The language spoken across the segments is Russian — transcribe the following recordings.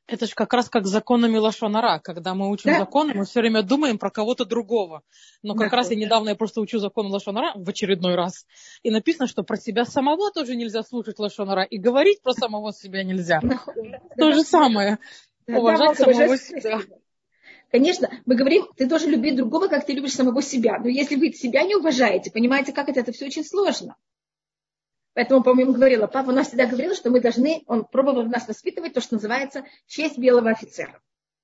Это же как раз как с законами лашон ара. Когда мы учим законы, мы все время думаем про кого-то другого. Но как раз я просто учу закон лашон ара в очередной раз. И написано, что про себя самого тоже нельзя слушать лашон ара. И говорить про самого себя нельзя. То же самое. Уважать самого себя. Конечно, мы говорим, ты должен любить другого, как ты любишь самого себя. Но если вы себя не уважаете, понимаете, как это все очень сложно. Поэтому, по-моему, говорила, папа у нас всегда говорил, что мы должны, он пробовал нас воспитывать то, что называется честь белого офицера.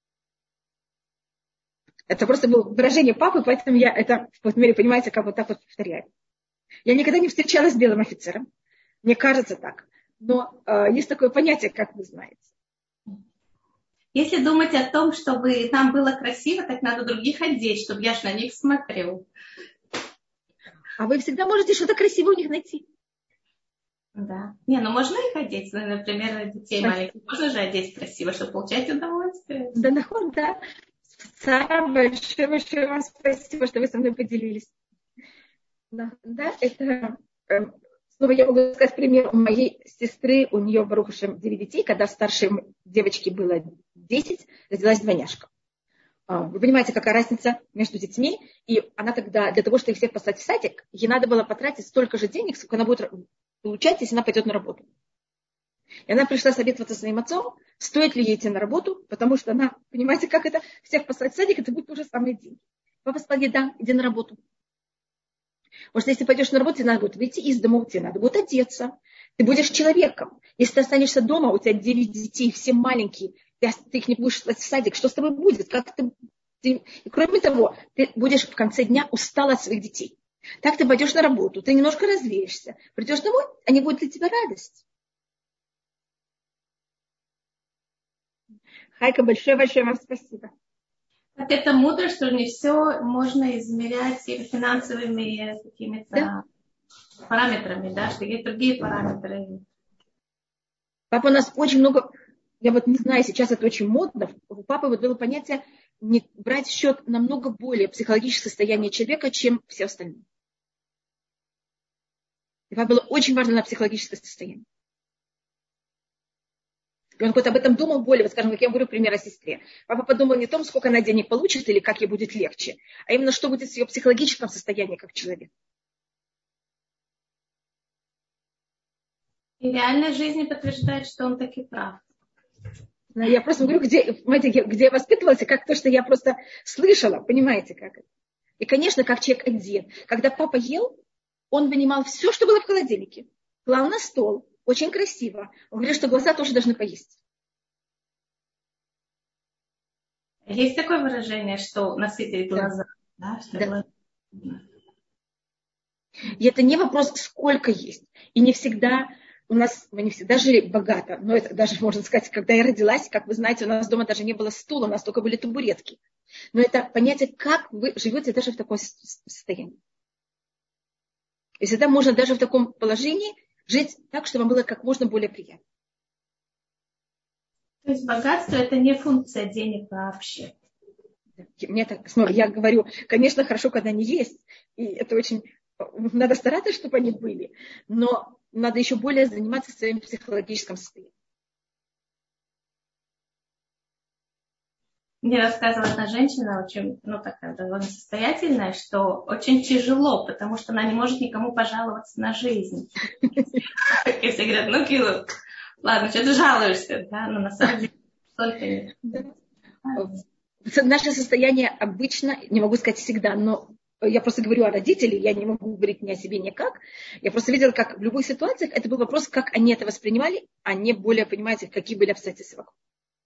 Это просто было выражение папы, поэтому я это, в какой-то мере, понимаете, как вот так вот повторяю. Я никогда не встречалась с белым офицером. Мне кажется так. Но есть такое понятие, как вы знаете. Если думать о том, чтобы нам было красиво, так надо других одеть, чтобы я ж на них смотрел. А вы всегда можете что-то красивое у них найти. Да. Не, ну можно их одеть. Например, детей маленьких можно же одеть красиво, чтобы получать удовольствие. Да, да. Сара, большое вам спасибо, что вы со мной поделились. Да, это... Снова я могу сказать пример. У моей сестры, у нее, барух ашем, 9 детей. Когда старшей девочке было 10, родилась двойняшка. Вы понимаете, какая разница между детьми. И она тогда, для того, чтобы их всех послать в садик, ей надо было потратить столько же денег, сколько она будет получать, если она пойдет на работу. И она пришла советоваться со своим отцом, стоит ли ей идти на работу, потому что она, понимаете, как это, всех послать в садик, это будет уже самые деньги. Папа сказал ей, да, иди на работу. Потому что если пойдешь на работу, тебе надо будет выйти из дома, тебе надо будет одеться. Ты будешь человеком. Если ты останешься дома, у тебя 9 детей, все маленькие, ты их не будешь послать в садик, что с тобой будет? И кроме того, ты будешь в конце дня устал от своих детей. Так ты пойдешь на работу, ты немножко развеешься, придешь домой, они будут для тебя радость. Хайка, большое-большое вам спасибо. Так это мудро, что не все можно измерять финансовыми какими-то параметрами, да, что есть другие параметры. Папа у нас очень много, я вот не знаю, сейчас это очень модно, у папы вот было понятие не брать в счет намного более психологическое состояние человека, чем все остальные. И папа было очень важно на психологическое состояние. И он вот об этом думал более, вот скажем, как я говорю, пример о сестре. Папа подумал не о том, сколько она денег получит или как ей будет легче, а именно, что будет с ее психологическим состоянием как человек. И реальная жизнь подтверждает, что он таки прав. Я просто говорю, где я воспитывалась, и как то, что я просто слышала, понимаете, как это. И, конечно, как человек одет. Когда папа ел, он вынимал все, что было в холодильнике, клал на стол, очень красиво. Он говорит, что глаза тоже должны поесть. Есть такое выражение, что насытили глаза. Да. Да. И это не вопрос, сколько есть. И не всегда у нас, мы не всегда жили богато. Но это даже, можно сказать, когда я родилась, как вы знаете, у нас дома даже не было стула, у нас только были табуретки. Но это понятие, как вы живете даже в таком состоянии. И всегда можно даже в таком положении жить так, чтобы вам было как можно более приятно. То есть богатство – это не функция денег вообще. Мне так, снова, я говорю, конечно, хорошо, когда они есть. И это очень... Надо стараться, чтобы они были. Но надо еще более заниматься своим психологическим состоянием. Мне рассказывала одна женщина, очень, такая довольно состоятельная, что очень тяжело, потому что она не может никому пожаловаться на жизнь. И все говорят, ладно, что ты жалуешься, да, но на самом деле столько нет. Наше состояние обычно, не могу сказать всегда, но я просто говорю о родителях, я не могу говорить ни о себе никак. Я просто видела, как в любых ситуациях это был вопрос, как они это воспринимали, а не более, понимаете, какие были обстоятельства вокруг.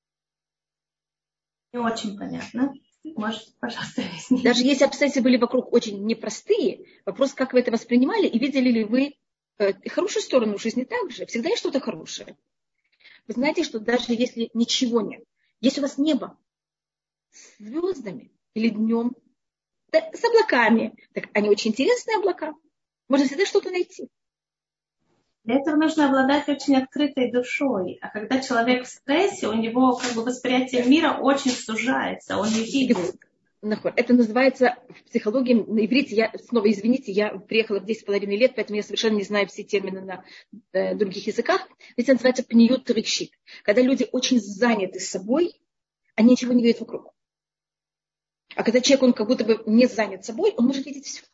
Не очень понятно. Можете, пожалуйста, объяснить. Даже если обстоятельства были вокруг очень непростые, вопрос, как вы это воспринимали, и видели ли вы хорошую сторону жизни также. Всегда есть что-то хорошее. Вы знаете, что даже если ничего нет, если у вас небо с звездами или днем, с облаками, так они очень интересные облака. Можно всегда что-то найти. Для этого нужно обладать очень открытой душой. А когда человек в стрессе, у него восприятие мира очень сужается, он не видит. Это называется в психологии, на иврите, я снова, извините, я приехала в 10,5 лет, поэтому я совершенно не знаю все термины на других языках. Это называется пниют рикшит. Когда люди очень заняты собой, они ничего не видят вокруг. А когда человек, он как будто бы не занят собой, он может видеть все.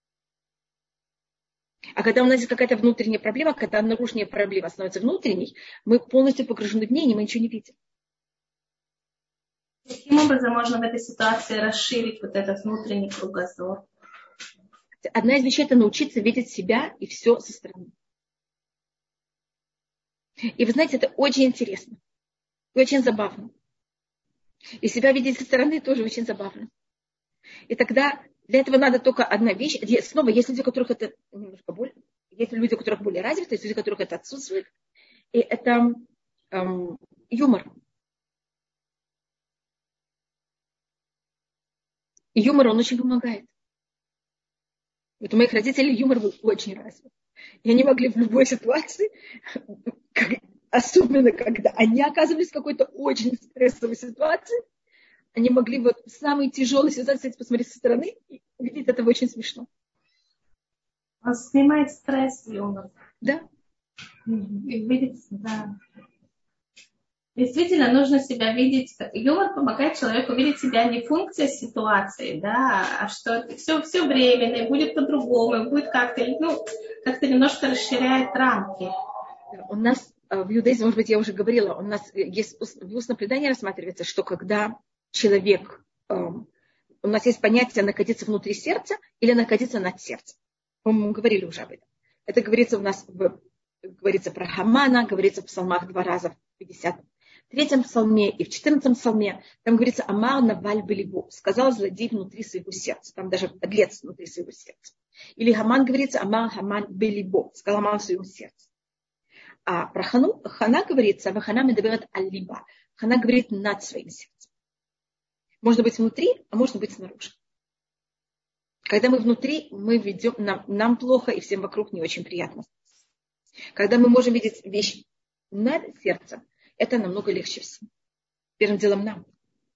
А когда у нас есть какая-то внутренняя проблема, когда наружная проблема становится внутренней, мы полностью погружены в ней, и мы ничего не видим. Каким образом можно в этой ситуации расширить вот этот внутренний кругозор? Одна из вещей – это научиться видеть себя и все со стороны. И вы знаете, это очень интересно и очень забавно. И себя видеть со стороны тоже очень забавно. И тогда для этого надо только одна вещь. Снова, есть люди, у которых это немножко более, есть люди, у которых более развито, есть люди, у которых это отсутствует. И это юмор. И юмор, он очень помогает. Вот у моих родителей юмор был очень развит. И они могли в любой ситуации, особенно когда они оказывались в какой-то очень стрессовой ситуации, они могли вот в самой тяжелой ситуации посмотреть со стороны и увидеть это очень смешно. Он снимает стресс, юмор. Да. И видеть, да. Действительно, нужно себя видеть. Юмор помогает человеку видеть себя не функция ситуации, да, а что это все временно, и будет по-другому, и будет как-то немножко расширяет рамки. У нас в иудаизме, может быть, я уже говорила, у нас есть в устном предании рассматривается, что когда человек, у нас есть понятие находиться внутри сердца или находиться над сердцем. Мы говорили уже об этом. Это говорится у нас, говорится про Хамана, говорится в псалмах 2 раза в 53-м псалме и в 14-м псалме. Там говорится Амар Наваль Белибу, сказал злодей внутри своего сердца. Там даже подлец внутри своего сердца. Или Хаман говорится Амар Хаман Белибу, сказал Хаман в своем сердце. А про Хана говорится Вахана медаберет аль-либа. Хана говорит над своим сердцем. Можно быть внутри, а можно быть снаружи. Когда мы внутри, мы ведем, нам плохо, и всем вокруг не очень приятно. Когда мы можем видеть вещь над сердцем, это намного легче всем. Первым делом нам.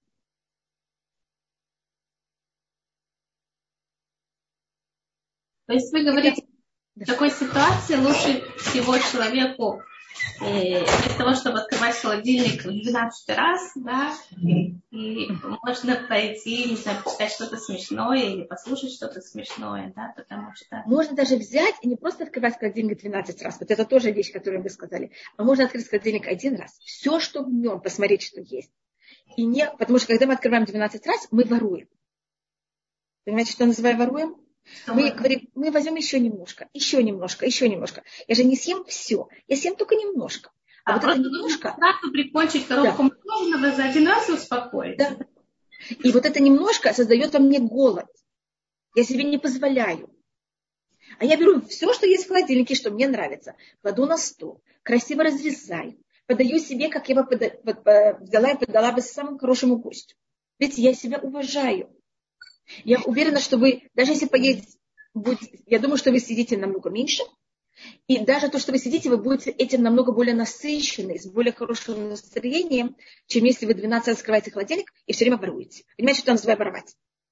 То есть вы говорите, в такой ситуации лучше всего человеку для того, чтобы открывать холодильник в 12 раз, да, и можно пойти, не знаю, почитать что-то смешное или послушать что-то смешное, да, потому что... Можно даже взять и не просто открывать холодильник 12 раз, вот это тоже вещь, которую вы сказали, а можно открыть холодильник 1 раз, все, что в нем, посмотреть, что есть. И не, потому что когда мы открываем 12 раз, мы воруем. Понимаете, что называем воруем? Мы говорим, мы возьмем еще немножко, еще немножко, еще немножко. Я же не съем все, я съем только немножко. А вот это немножко... Сразу прикончить коробку мороженого за 1 раз и успокоиться. Да. И вот это немножко создает во мне голод. Я себе не позволяю. А я беру все, что есть в холодильнике, что мне нравится, кладу на стол, красиво разрезаю, подаю себе, как я бы взяла и подала бы самому хорошему гостю. Ведь я себя уважаю. Я уверена, что вы, даже если поесть, я думаю, что вы сидите намного меньше. И даже то, что вы сидите, вы будете этим намного более насыщены, с более хорошим настроением, чем если вы 12 раз открываете холодильник и все время воруете. Понимаете, что я называю воровать?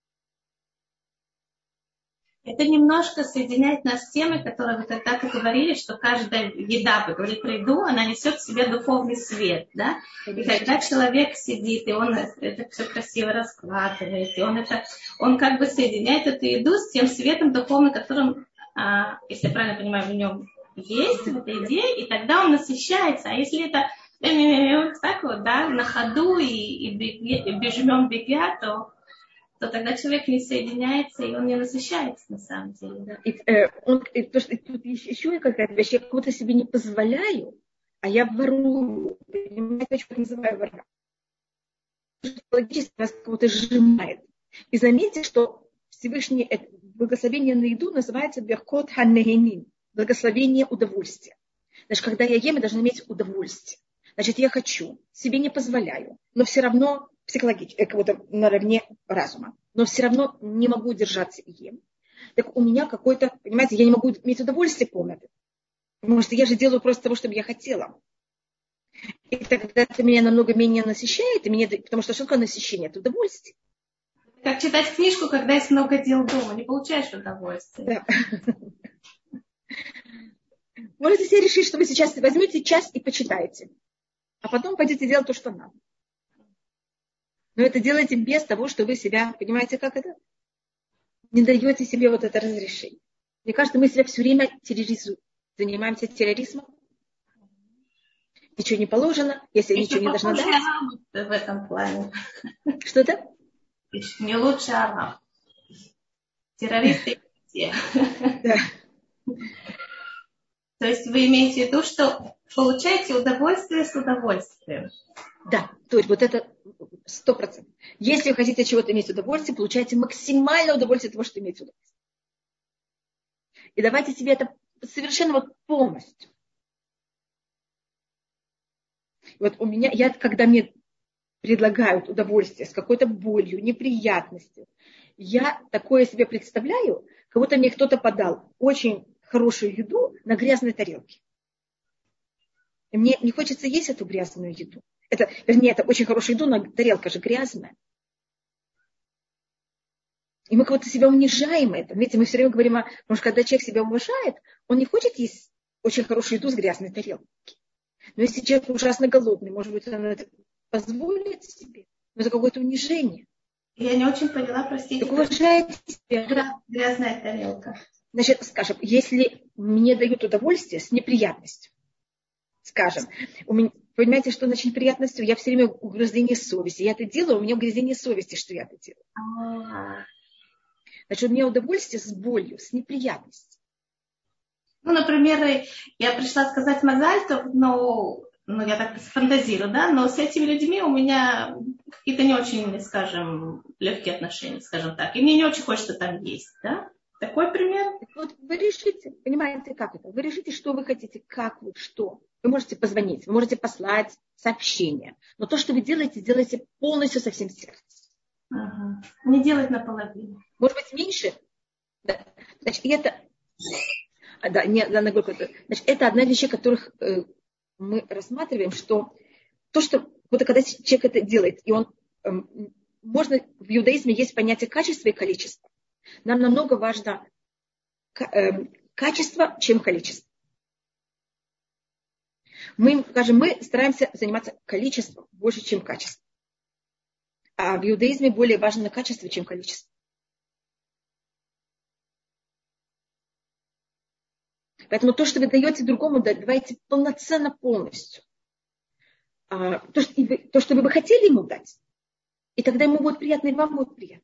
Это немножко соединяет нас с темой, которую вы когда-то говорили, что каждая еда, вы говорите про еду, она несет в себе духовный свет, да? И когда человек сидит, и он это все красиво раскладывает, и он как бы соединяет эту еду с тем светом духовным, которым, если я правильно понимаю, в нем есть, в этой идее, и тогда он насыщается. А если это так вот, да, на ходу и бежмем бегя, то тогда человек не соединяется, и он не насыщается на самом деле. Тут еще какая-то вещь, я кого-то себе не позволяю, а я ворую. Понимаете, что я называю воровать? Психологически нас кого-то сжимает. И заметьте, что Всевышний благословение на еду называется беркот ханнехенин, благословение удовольствия. Значит, когда я ем, я должна иметь удовольствие. Значит, я хочу, себе не позволяю, но все равно психологически, как-то наравне разума, но все равно не могу держаться и ем. Так у меня какой-то, понимаете, я не могу иметь удовольствие полное. Потому что я же делаю просто того, что я хотела. И тогда это меня намного менее насыщает, потому что что такое насыщение? Это удовольствие. Как читать книжку, когда есть много дел дома, не получаешь удовольствия. Да. Можете себе решить, что вы сейчас возьмете час и почитаете. А потом пойдете делать то, что надо. Но это делаете без того, что вы себя, понимаете, как это? Не даете себе вот это разрешение. Мне кажется, мы себя все время терроризуем. Занимаемся терроризмом. Ничего не положено, если я ничего не должна дать. В этом плане. Что-то? Не лучше араб. Террористы все. Да. То есть вы имеете в виду, что получаете удовольствие с удовольствием? Да, то есть вот это 100%. Если вы хотите от чего-то иметь удовольствие, получаете максимальное удовольствие от того, что имеете удовольствие. И давайте себе это совершенно вот полностью. Вот у меня, когда мне предлагают удовольствие с какой-то болью, неприятностью, я такое себе представляю, как будто мне кто-то подал очень хорошую еду на грязной тарелке. И мне не хочется есть эту грязную еду. Это очень хорошая еда, но тарелка же грязная. И мы как будто себя унижаем это. Видите, мы все время говорим, потому что когда человек себя уважает, он не хочет есть очень хорошую еду с грязной тарелки. Но если человек ужасно голодный, может быть, он это позволит себе. Но это какое-то унижение. Я не очень поняла, простите. Так уважайте себя. Грязная тарелка. Значит, скажем, если мне дают удовольствие с неприятностью, скажем, понимаете, что значит неприятностью? Я все время угрызение совести. Я это делаю, у меня угрызение совести, что я это делаю. Значит, у меня удовольствие с болью, с неприятностью. Ну, например, я пришла сказать мазальтов, но я так фантазирую, да, но с этими людьми у меня какие-то не очень, скажем, легкие отношения, скажем так. И мне не очень хочется там есть, да? Такой пример. Вот вы решите, понимаете, как это? Вы решите, что вы хотите, как вы, что. Вы можете позвонить, вы можете послать сообщение. Но то, что вы делаете, делайте полностью со всем сердцем. Ага. Не делать наполовину. Может быть, меньше? Да. Значит, это... Да, значит, это одна из вещей, которых мы рассматриваем, что то, что вот когда человек это делает, и он можно в иудаизме есть понятие качества и количества. Нам намного важно качество, чем количество. Мы стараемся заниматься количеством больше, чем качеством. А в иудаизме более важно качество, чем количество. Поэтому то, что вы даете другому, давайте полноценно, полностью. То, что вы бы хотели ему дать. И тогда ему будет приятно, и вам будет приятно.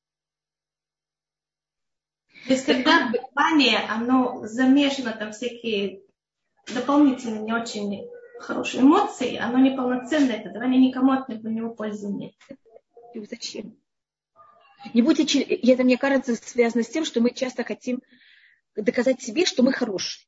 То есть, когда давание, оно замешано, там всякие дополнительные, не очень хорошие эмоции, оно неполноценное, это давание никому от него пользы нет. Зачем? Не будьте, и это, мне кажется, связано с тем, что мы часто хотим доказать себе, что мы хорошие.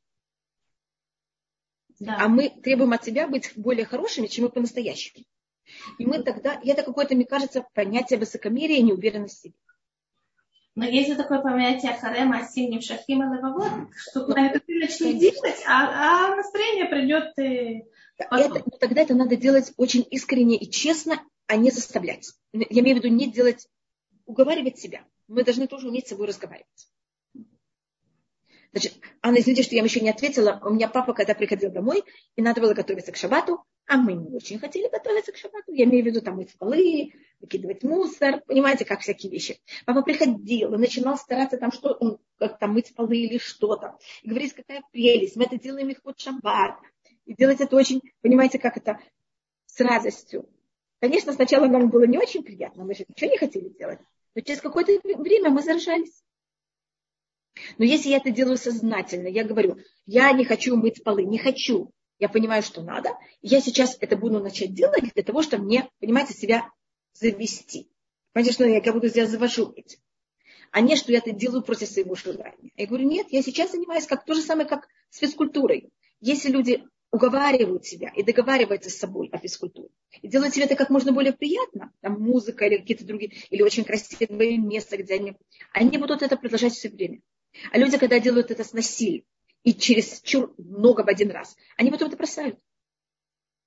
Да. А мы требуем от себя быть более хорошими, чем мы по-настоящему. И мы тогда, и это какое-то, мне кажется, понятие высокомерия и неуверенности в себе. Но есть такое понятие харема, асим, шахим, левовод, что когда ты начнешь делать, а настроение придет тогда это надо делать очень искренне и честно, а не заставлять. Я имею в виду не делать, уговаривать себя. Мы должны тоже уметь с собой разговаривать. Значит, Анна, извините, что я вам еще не ответила. У меня папа, когда приходил домой, и надо было готовиться к шаббату, а мы не очень хотели готовиться к шаббату. Я имею в виду там мыть полы, выкидывать мусор, понимаете, как всякие вещи. Папа приходил и начинал стараться там, что он, как там мыть полы или что-то. И говорить, какая прелесть, мы это делаем их под шаббат. И делать это очень, понимаете, как это, с радостью. Конечно, сначала нам было не очень приятно, мы же ничего не хотели делать. Но через какое-то время мы заражались. Но если я это делаю сознательно, я говорю, я не хочу мыть полы, не хочу. Я понимаю, что надо. Я сейчас это буду начать делать для того, чтобы мне, понимаете, себя завести. Понимаете, что я буду себя завожу этим. А не, что я это делаю против своего желания. Я говорю, нет, я сейчас занимаюсь то же самое, как с физкультурой. Если люди уговаривают себя и договариваются с собой о физкультуре, и делают себе это как можно более приятно, там музыка или какие-то другие, или очень красивое место, где они будут это продолжать все время. А люди, когда делают это с насилием и чересчур много в один раз, они потом это бросают.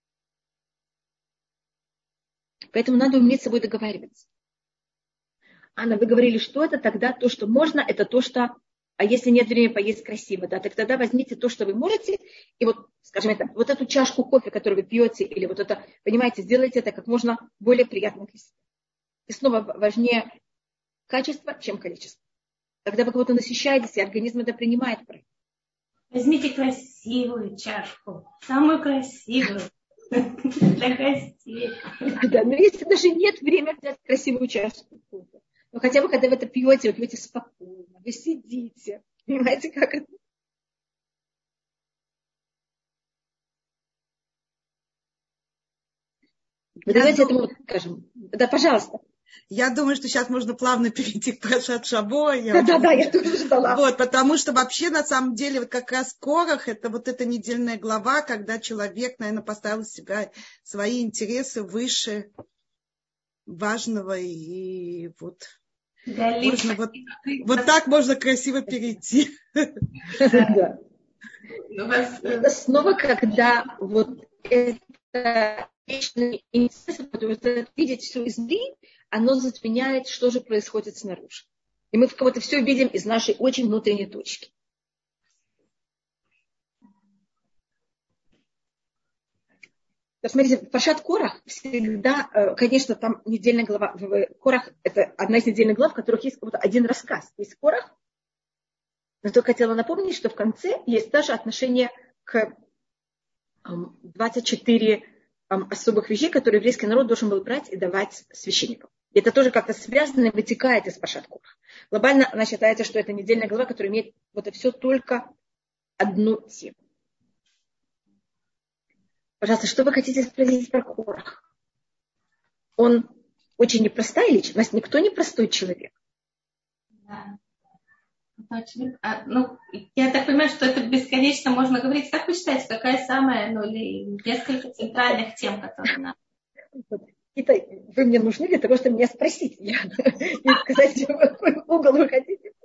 Поэтому надо уметь с собой договариваться. Анна, вы говорили, что это тогда то, что можно, это то, что... А если нет времени поесть красиво, да, так тогда возьмите то, что вы можете, и вот, скажем, это, вот эту чашку кофе, которую вы пьете, или вот это, понимаете, сделайте это как можно более приятно для себя. И снова важнее качество, чем количество. Когда вы кого-то насыщаетесь, и организм это принимает. Возьмите красивую чашку, самую красивую для гостей. Да, но если даже нет времени взять красивую чашку кофе, но хотя бы, когда вы это пьете, вы пьете спокойно, вы сидите. Понимаете, как это? Вы даете этому, скажем, да, пожалуйста. Я думаю, что сейчас можно плавно перейти к Парашат Шабо. Да, я тоже ждала. Вот, потому что вообще, на самом деле, вот как раз Корах, это вот эта недельная глава, когда человек, наверное, поставил себя, свои интересы выше важного, и вот можно вот так можно красиво перейти. Да. Это снова, когда вот это вечный интерес, потому что видеть все изнутри, оно затменяет, что же происходит снаружи. И мы в кого-то все видим из нашей очень внутренней точки. Посмотрите, в Парашат Корах всегда, конечно, там недельная глава. В Корах это одна из недельных глав, в которых есть вот один рассказ. Есть Корах. Но только хотела напомнить, что в конце есть даже отношение к 24 особых вещей, которые еврейский народ должен был брать и давать священникам. И это тоже как-то связано и вытекает из Парашат Корах. Глобально она считается, что это недельная глава, которая имеет вот это все только одну тему. Пожалуйста, что вы хотите спросить про Корах? Он очень непростая личность. Никто не простой человек. Да. Ну, я так понимаю, что это бесконечно можно говорить. Как вы считаете, какая самая, или несколько центральных тем, которые надо? Это вы мне нужны для того, чтобы меня спросить. И сказать, в какой угол вы хотите.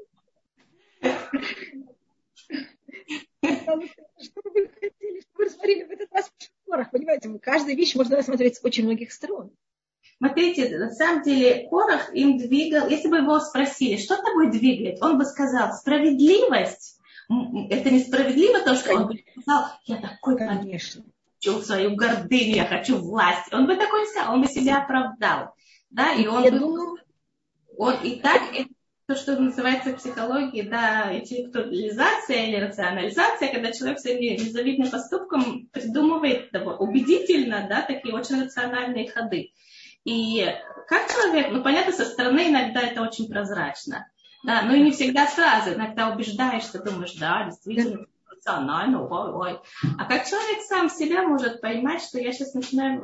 Что бы вы хотели, чтобы вы рассмотрели в этот раз в Корах? Понимаете, каждую вещь можно рассмотреть с очень многих сторон. Смотрите, на самом деле Корах им двигал, если бы его спросили, что тобой двигает, он бы сказал, справедливость. Это несправедливо то, что он бы сказал, я такой, конечно, хочу свою гордыню, я хочу власть. Он бы такой сказал, он бы себя оправдал. Да, и он и так, это то, что называется в психологии, да, интеллектуализация или рационализация, когда человек своим незавидным поступком придумывает убедительно, да, такие очень рациональные ходы. И как человек, понятно, со стороны иногда это очень прозрачно, да, но и не всегда сразу, иногда убеждаешься, думаешь, да, действительно, рационально, ой. А как человек сам себя может поймать, что я сейчас начинаю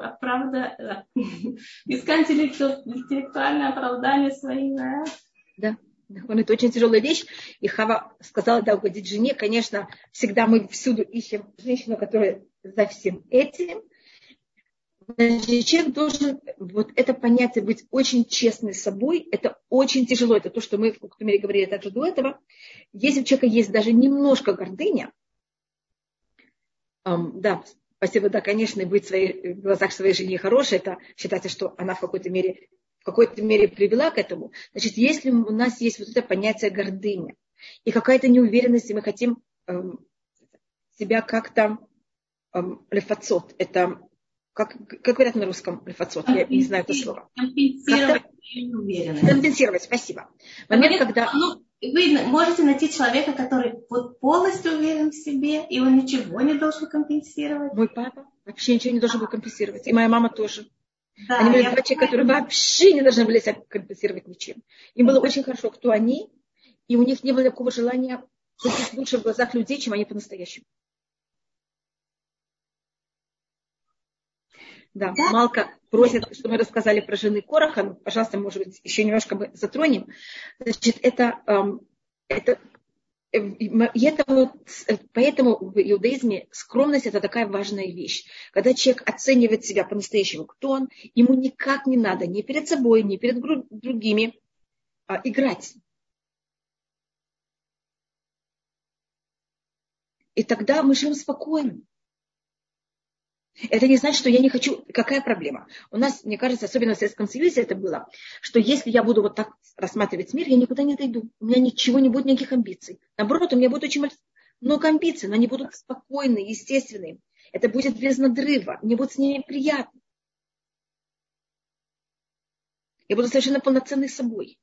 искать интеллектуальное оправдание своим, да? Да. Это очень тяжелая вещь. И Хава сказала, да, угодить жене. Конечно, всегда мы всюду ищем женщину, которая за всем этим. Значит, человек должен вот это понятие быть очень честным с собой. Это очень тяжело. Это то, что мы в какой-то мере говорили также до этого. Если у человека есть даже немножко гордыня, да, спасибо, да, конечно, и быть в глазах своей жены хорошей, это считается, что она в какой-то мере привела к этому. Значит, если у нас есть вот это понятие гордыня и какая-то неуверенность, и мы хотим себя как-то лефацот, это как говорят на русском лефацот, я не знаю это слово. Компенсировать, спасибо. Момент, когда... Вы можете найти человека, который вот полностью уверен в себе, и он ничего не должен компенсировать. Мой папа вообще ничего не должен был компенсировать. И моя мама тоже. Да, они были два человека, которые вообще не должны были себя компенсировать ничем. Им было очень хорошо, кто они, и у них не было такого желания быть лучше в глазах людей, чем они по-настоящему. Да, Малка просит, чтобы мы рассказали про жены Кораха. Ну, пожалуйста, может быть, еще немножко мы затронем. Значит, поэтому в иудаизме скромность – это такая важная вещь. Когда человек оценивает себя по-настоящему, кто он, ему никак не надо ни перед собой, ни перед другими играть. И тогда мы живем спокойно. Это не значит, что я не хочу. Какая проблема? У нас, мне кажется, особенно в Советском Союзе это было, что если я буду вот так рассматривать мир, я никуда не дойду. У меня ничего не будет, никаких амбиций. Наоборот, у меня будет очень много амбиций, но они будут спокойные, естественные. Это будет без надрыва. Мне будет с ними приятно. Я буду совершенно полноценной собой.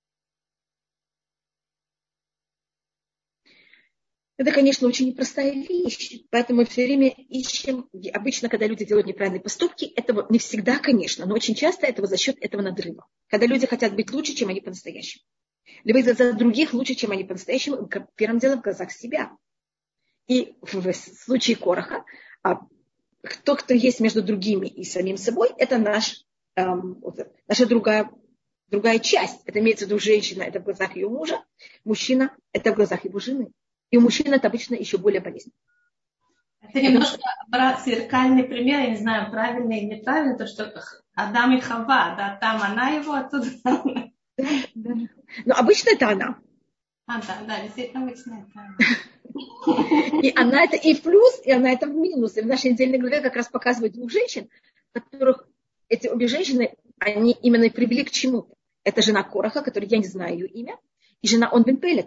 Это, конечно, очень непростая вещь, поэтому мы все время ищем, обычно, когда люди делают неправильные поступки, этого не всегда, конечно, но очень часто этого за счет этого надрыва. Когда люди хотят быть лучше, чем они по-настоящему. Либо за других лучше, чем они по-настоящему, первым делом в глазах себя. И в случае Кораха, кто есть между другими и самим собой, это наша другая часть. Это имеется в виду женщина, это в глазах ее мужа, мужчина, это в глазах его жены. И у мужчин это обычно еще более болезненно. Это немножко зеркальный пример, я не знаю, правильно или неправильно, то, что Адам и Хава, да, там она его, оттуда она. Да. Но обычно это она. Да, действительно, обычно это она. И она это и в плюс, и она это в минус. И в нашей недельной главе как раз показывают двух женщин, которых эти обе женщины, они именно привели к чему-то. Это жена Кораха, которой я не знаю ее имя, и жена Он бен Пелет.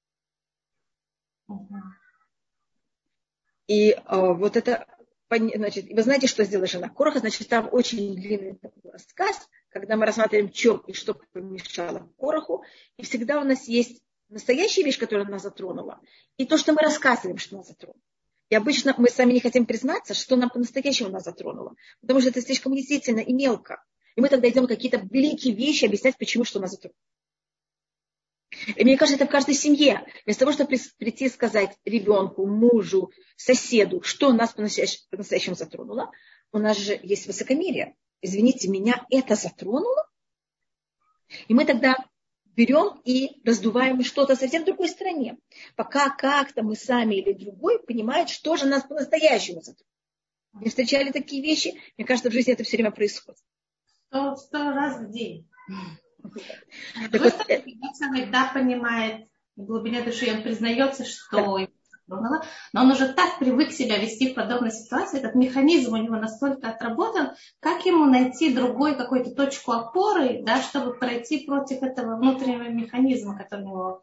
И вот это, значит, вы знаете, что сделала жена Кораха, значит, там очень длинный рассказ, когда мы рассматриваем, чем и что помешало Кораху, и всегда у нас есть настоящая вещь, которая нас затронула, и то, что мы рассказываем, что нас затронуло. И обычно мы сами не хотим признаться, что нам по-настоящему нас затронуло, потому что это слишком унизительно и мелко. И мы тогда идем какие-то великие вещи объяснять, почему, что нас затронуло. И мне кажется, это в каждой семье. Вместо того, чтобы прийти и сказать ребенку, мужу, соседу, что нас по-настоящему затронуло, у нас же есть высокомерие. Извините, меня это затронуло. И мы тогда берем и раздуваем что-то совсем в другой стороне. Пока как-то мы сами или другой понимают, что же нас по-настоящему затронуло. Вы встречали такие вещи? Мне кажется, в жизни это все время происходит. 100 раз в день. Так вот, человек понимает в глубине души, он признается, что его затронуло, но он уже так привык себя вести в подобной ситуации, этот механизм у него настолько отработан, как ему найти другой какую-то точку опоры, да, чтобы пройти против этого внутреннего механизма, который у него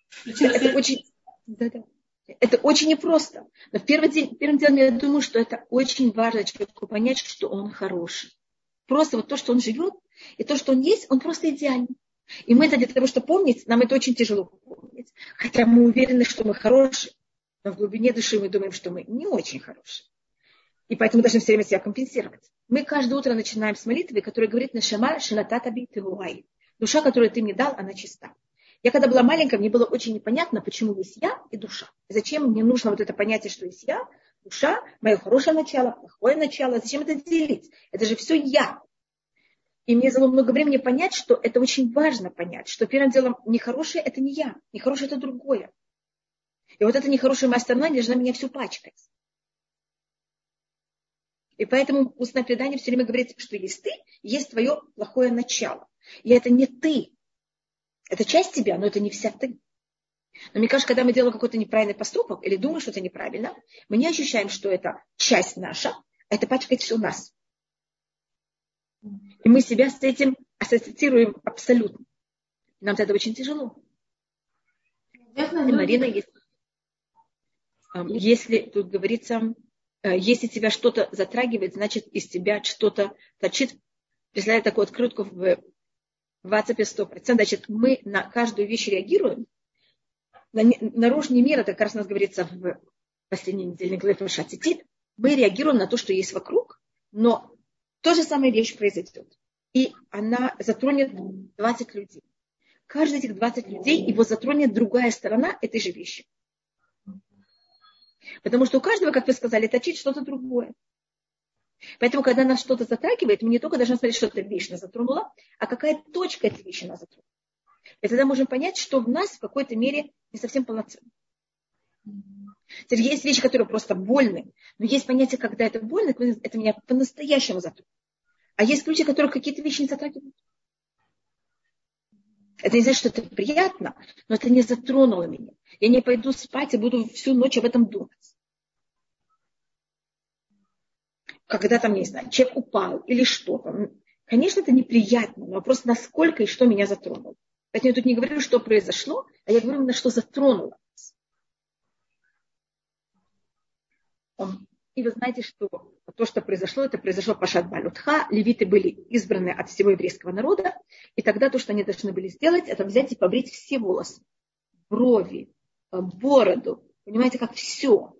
это очень непросто. Но первым делом я думаю, что это очень важно человеку понять, что он хороший. Просто вот то, что он живет, и то, что он есть, он просто идеальный. И мы это для того, чтобы помнить, нам это очень тяжело помнить. Хотя мы уверены, что мы хорошие, но в глубине души мы думаем, что мы не очень хорошие. И поэтому должны все время себя компенсировать. Мы каждое утро начинаем с молитвы, которая говорит «Нашама шинататаби тегуай». Душа, которую ты мне дал, она чиста. Я когда была маленькая, мне было очень непонятно, почему есть я и душа. И зачем мне нужно вот это понятие, что есть я, душа, мое хорошее начало, плохое начало. Зачем это делить? Это же все я. И мне заняло много времени понять, что это очень важно понять, что первым делом нехорошее – это не я, нехорошее – это другое. И вот эта нехорошая моя сторона должна меня всю пачкать. И поэтому устное предание все время говорит, что есть ты, есть твое плохое начало. И это не ты. Это часть тебя, но это не вся ты. Но мне кажется, когда мы делаем какой-то неправильный поступок или думаем, что это неправильно, мы не ощущаем, что это часть наша, а это пачкает всю нас. И мы себя с этим ассоциируем абсолютно. Нам это очень тяжело. Марина, если тут говорится, если тебя что-то затрагивает, значит из тебя что-то торчит. Представляю такую открытку в WhatsApp 100%. Значит, мы на каждую вещь реагируем. Наружный мир, это как раз у нас говорится в последней недельной главе Парашат Цитит, мы реагируем на то, что есть вокруг, но та же самая вещь произойдет. И она затронет 20 людей. Каждый из этих 20 людей, его затронет другая сторона этой же вещи. Потому что у каждого, как вы сказали, точит что-то другое. Поэтому, когда нас что-то затрагивает, мы не только должны смотреть, что эта вещь нас затронула, а какая точка этой вещи нас затронула. И тогда можем понять, что в нас в какой-то мере не совсем полноценно. Теперь есть вещи, которые просто больны, но есть понятие, когда это больно, это меня по-настоящему затронуло. А есть люди, которых какие-то вещи не затрагивают. Это не значит, что это приятно, но это не затронуло меня. Я не пойду спать и буду всю ночь об этом думать. когда там, не знаю, человек упал или что-то. Конечно, это неприятно, но вопрос, насколько и что меня затронуло. Поэтому я тут не говорю, что произошло, а я говорю именно, что затронуло. И вы знаете, что то, что произошло, это произошло Пашат Балютха. Левиты были избраны от всего еврейского народа. И тогда то, что они должны были сделать, это взять и побрить все волосы. Брови, бороду. Понимаете, как все.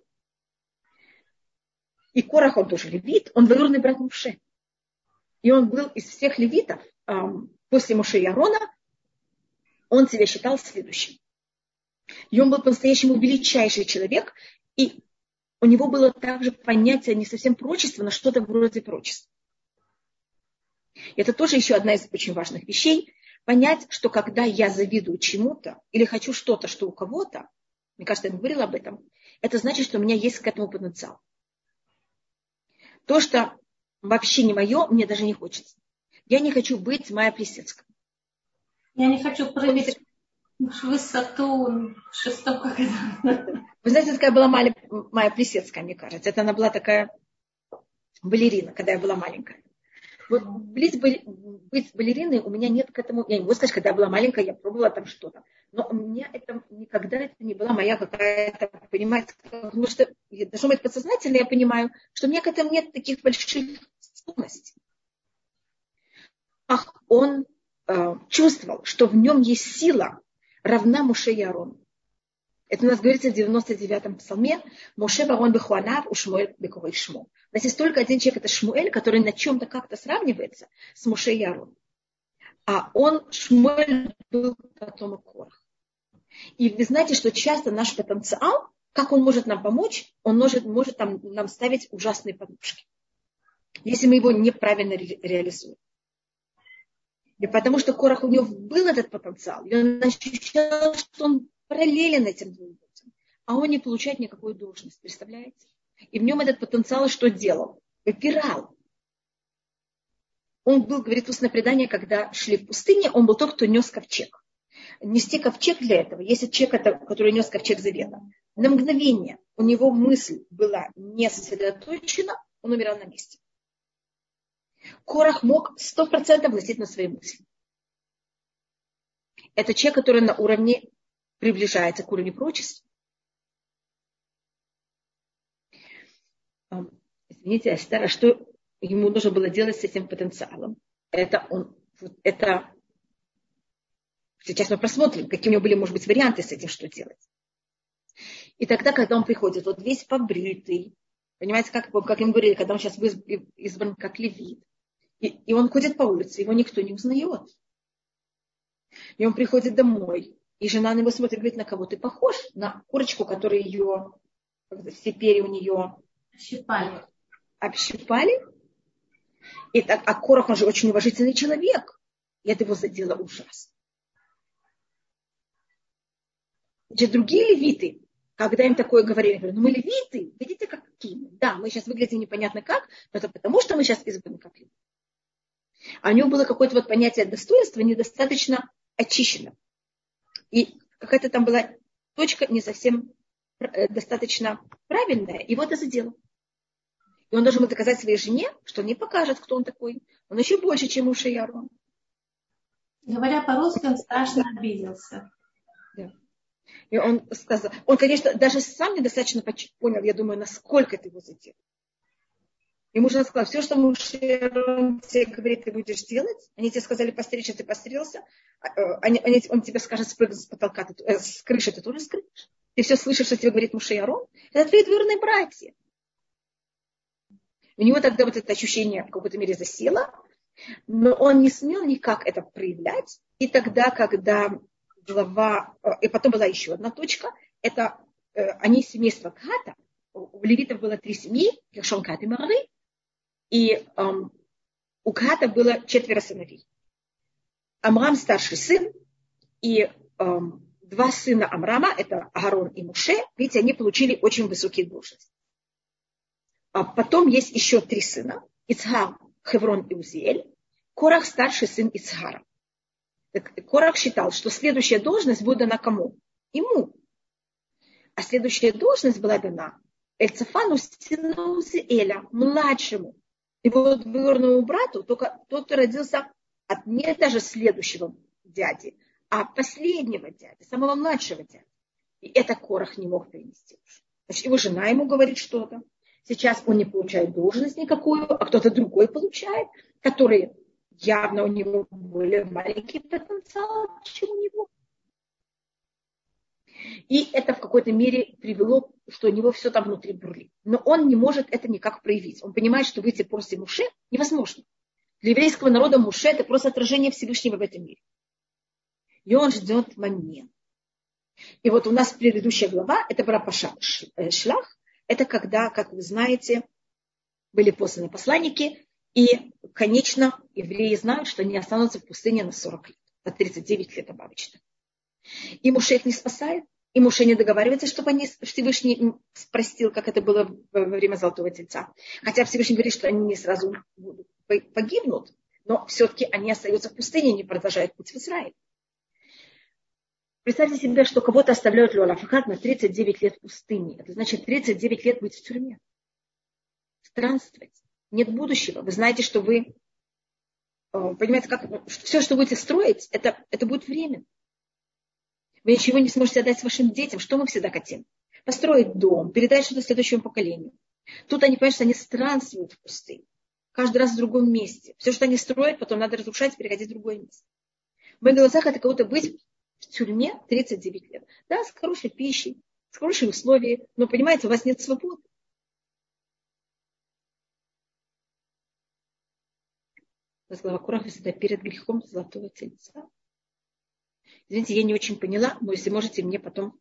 И Корах, он тоже левит, он двоюродный брат Моше. И он был из всех левитов, после Моше и Аарона, он себя считал следующим. И он был по-настоящему величайший человек, и у него было также понятие не совсем прочества, но что-то вроде прочества. И это тоже еще одна из очень важных вещей. Понять, что когда я завидую чему-то или хочу что-то, что у кого-то, мне кажется, я говорила об этом, это значит, что у меня есть к этому потенциал. То, что вообще не мое, мне даже не хочется. Я не хочу быть Майя Плисецкая. Я не хочу прыгать в высоту шестого, как это. Вы знаете, такая была Майя Плисецкая, мне кажется. Это она была такая балерина, когда я была маленькая. Вот быть балериной у меня нет к этому. Я не могу сказать, когда я была маленькая, я пробовала там что-то. Но у меня это никогда это не была моя какая-то, понимаете, потому что должно быть подсознательно, я понимаю, что у меня к этому нет таких больших способностей. Ах, он чувствовал, что в нем есть сила, равна Моше и Аарону. Это у нас говорится в 99-м псалме. Моше варон бехуанав у Шмуэль бекорой Шмо. У нас есть только один человек, это Шмуэль, который на чем-то как-то сравнивается с Моше и Аароном. А он, Шмуэль, был потомок Корах. И вы знаете, что часто наш потенциал, как он может нам помочь, он может нам ставить ужасные подушки, если мы его неправильно реализуем. И потому что Корах, у него был этот потенциал, и он ощущал, что он параллелен этим двум людям, а он не получает никакую должность, представляете? И в нем этот потенциал что делал? Выпирал. Он был, говорит устное предание, когда шли в пустыне, он был тот, кто нес ковчег. Нести ковчег для этого, если человек, который нес ковчег завета, на мгновение у него мысль была не сосредоточена, он умирал на месте. Корах мог 100% властить на свои мысли. Это человек, который на уровне приближается к уровню прочества. Извините, Эстер, что ему нужно было делать с этим потенциалом? Сейчас мы просмотрим, какие у него были, может быть, варианты с этим, что делать. И тогда, когда он приходит, вот весь побритый, понимаете, как им говорили, когда он сейчас избран как левит, и он ходит по улице, его никто не узнает. И он приходит домой, и жена на него смотрит и говорит, на кого ты похож? На курочку, которая ее, все перья у нее общипали. А Корах, он же очень уважительный человек. И это его задело ужасно. Значит, другие левиты, когда им такое говорили, говорят, мы левиты, видите, какие мы. Да, мы сейчас выглядим непонятно как, но это потому, что мы сейчас избраны как левиты. А у него было какое-то вот понятие достоинства недостаточно очищено. И какая-то там была точка не совсем достаточно правильная, и вот это задело. И он должен был доказать своей жене, что он не покажет, кто он такой. Он еще больше, чем Моше и Аарон. Говоря по-русски, он страшно обиделся. Да. И он сказал, он, конечно, даже сам недостаточно понял, я думаю, насколько ты его задел. Ему жена сказала, все, что Моше и Аарон тебе говорит, ты будешь делать. Они тебе сказали постричься, ты пострелся. Он тебе скажет спрыгнуть с потолка, с крыши ты тоже скрыешь. Ты все слышишь, что тебе говорит Моше и Аарон. Это твои двоюродные братья. У него тогда вот это ощущение в какой-то мере засело, но он не смел никак это проявлять. И тогда, когда и потом была еще одна точка, это они семейство Кахата, у левитов было 3 семьи, Гершон, Кахат и Мерари, и у Кахата было 4 сыновей. Амрам старший сын, и 2 сына Амрама, это Аарон и Моше, видите, они получили очень высокие должности. А потом есть еще 3 сына, Ицхар, Хеврон и Узиэль. Корах старший сын Ицхара. Корах считал, что следующая должность будет дана кому? Ему. А следующая должность была дана Эльцафану сыну Узиэля, младшему, его двоюродному брату, только тот, кто родился от не даже следующего дяди, а последнего дяди, самого младшего дяди. И это Корах не мог принести уже. Значит, его жена ему говорит что-то. Сейчас он не получает должность никакую, а кто-то другой получает, который явно у него более маленький потенциал, чем у него. И это в какой-то мере привело, что у него все там внутри бурлит. Но он не может это никак проявить. Он понимает, что выйти после Моше невозможно. Для еврейского народа Моше это просто отражение Всевышнего в этом мире. И он ждет момент. И вот у нас предыдущая глава, это про Шлах. Это когда, как вы знаете, были посланы посланники. И, конечно, евреи знают, что они останутся в пустыне на 40 лет. На 39 лет обычно. И Моше их не спасает. И Моше не договаривается, чтобы они Всевышний простил, как это было во время Золотого Тельца. Хотя Всевышний говорит, что они не сразу погибнут, но все-таки они остаются в пустыне и не продолжают путь в Израиль. Представьте себе, что кого-то оставляют Леолафахат на 39 лет в пустыне. Это значит 39 лет быть в тюрьме. Странствовать. Нет будущего. Вы знаете, что вы, понимаете, как все, что будете строить, это будет временно. Вы ничего не сможете отдать вашим детям. Что мы всегда хотим? Построить дом, передать что-то следующему поколению. Тут они понимают, что они странствуют в пустыне. Каждый раз в другом месте. Все, что они строят, потом надо разрушать и переходить в другое место. В моих глазах это кого-то быть в тюрьме 39 лет. Да, с хорошей пищей, с хорошими условиями. Но, понимаете, у вас нет свободы. У нас глава Корах всегда перед грехом Золотого Тельца. Извините, я не очень поняла, но если можете мне потом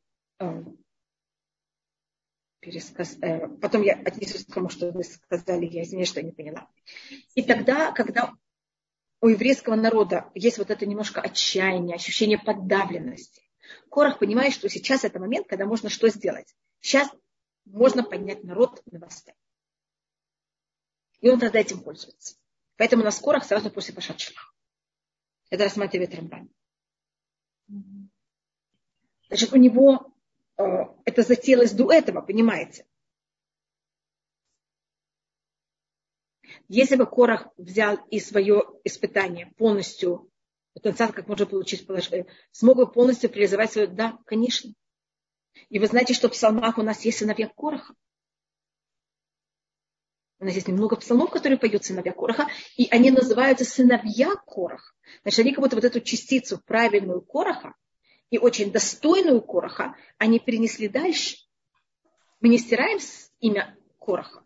пересказать. Потом я отнесусь к тому, что вы сказали, я извиняюсь, что я не поняла. И тогда, когда у еврейского народа есть вот это немножко отчаяние, ощущение подавленности, Корах понимает, что сейчас это момент, когда можно что сделать. Сейчас можно поднять народ на восстание. И он тогда этим пользуется. Поэтому у нас Корах сразу после Пашат Шлах. Это рассматривает Рамбан. Значит, у него это затеялось до этого, понимаете? Если бы Корах взял и свое испытание полностью, потенциал, как можно получить, смог бы полностью реализовать свое, да, конечно. И вы знаете, что в псалмах у нас есть сыновья Кораха. У нас есть немного псалмов, которые поют сыновья Кораха, и они называются сыновья Кораха. Значит, они как будто вот эту частицу правильную Кораха и очень достойную Кораха, они перенесли дальше. Мы не стираем имя Кораха.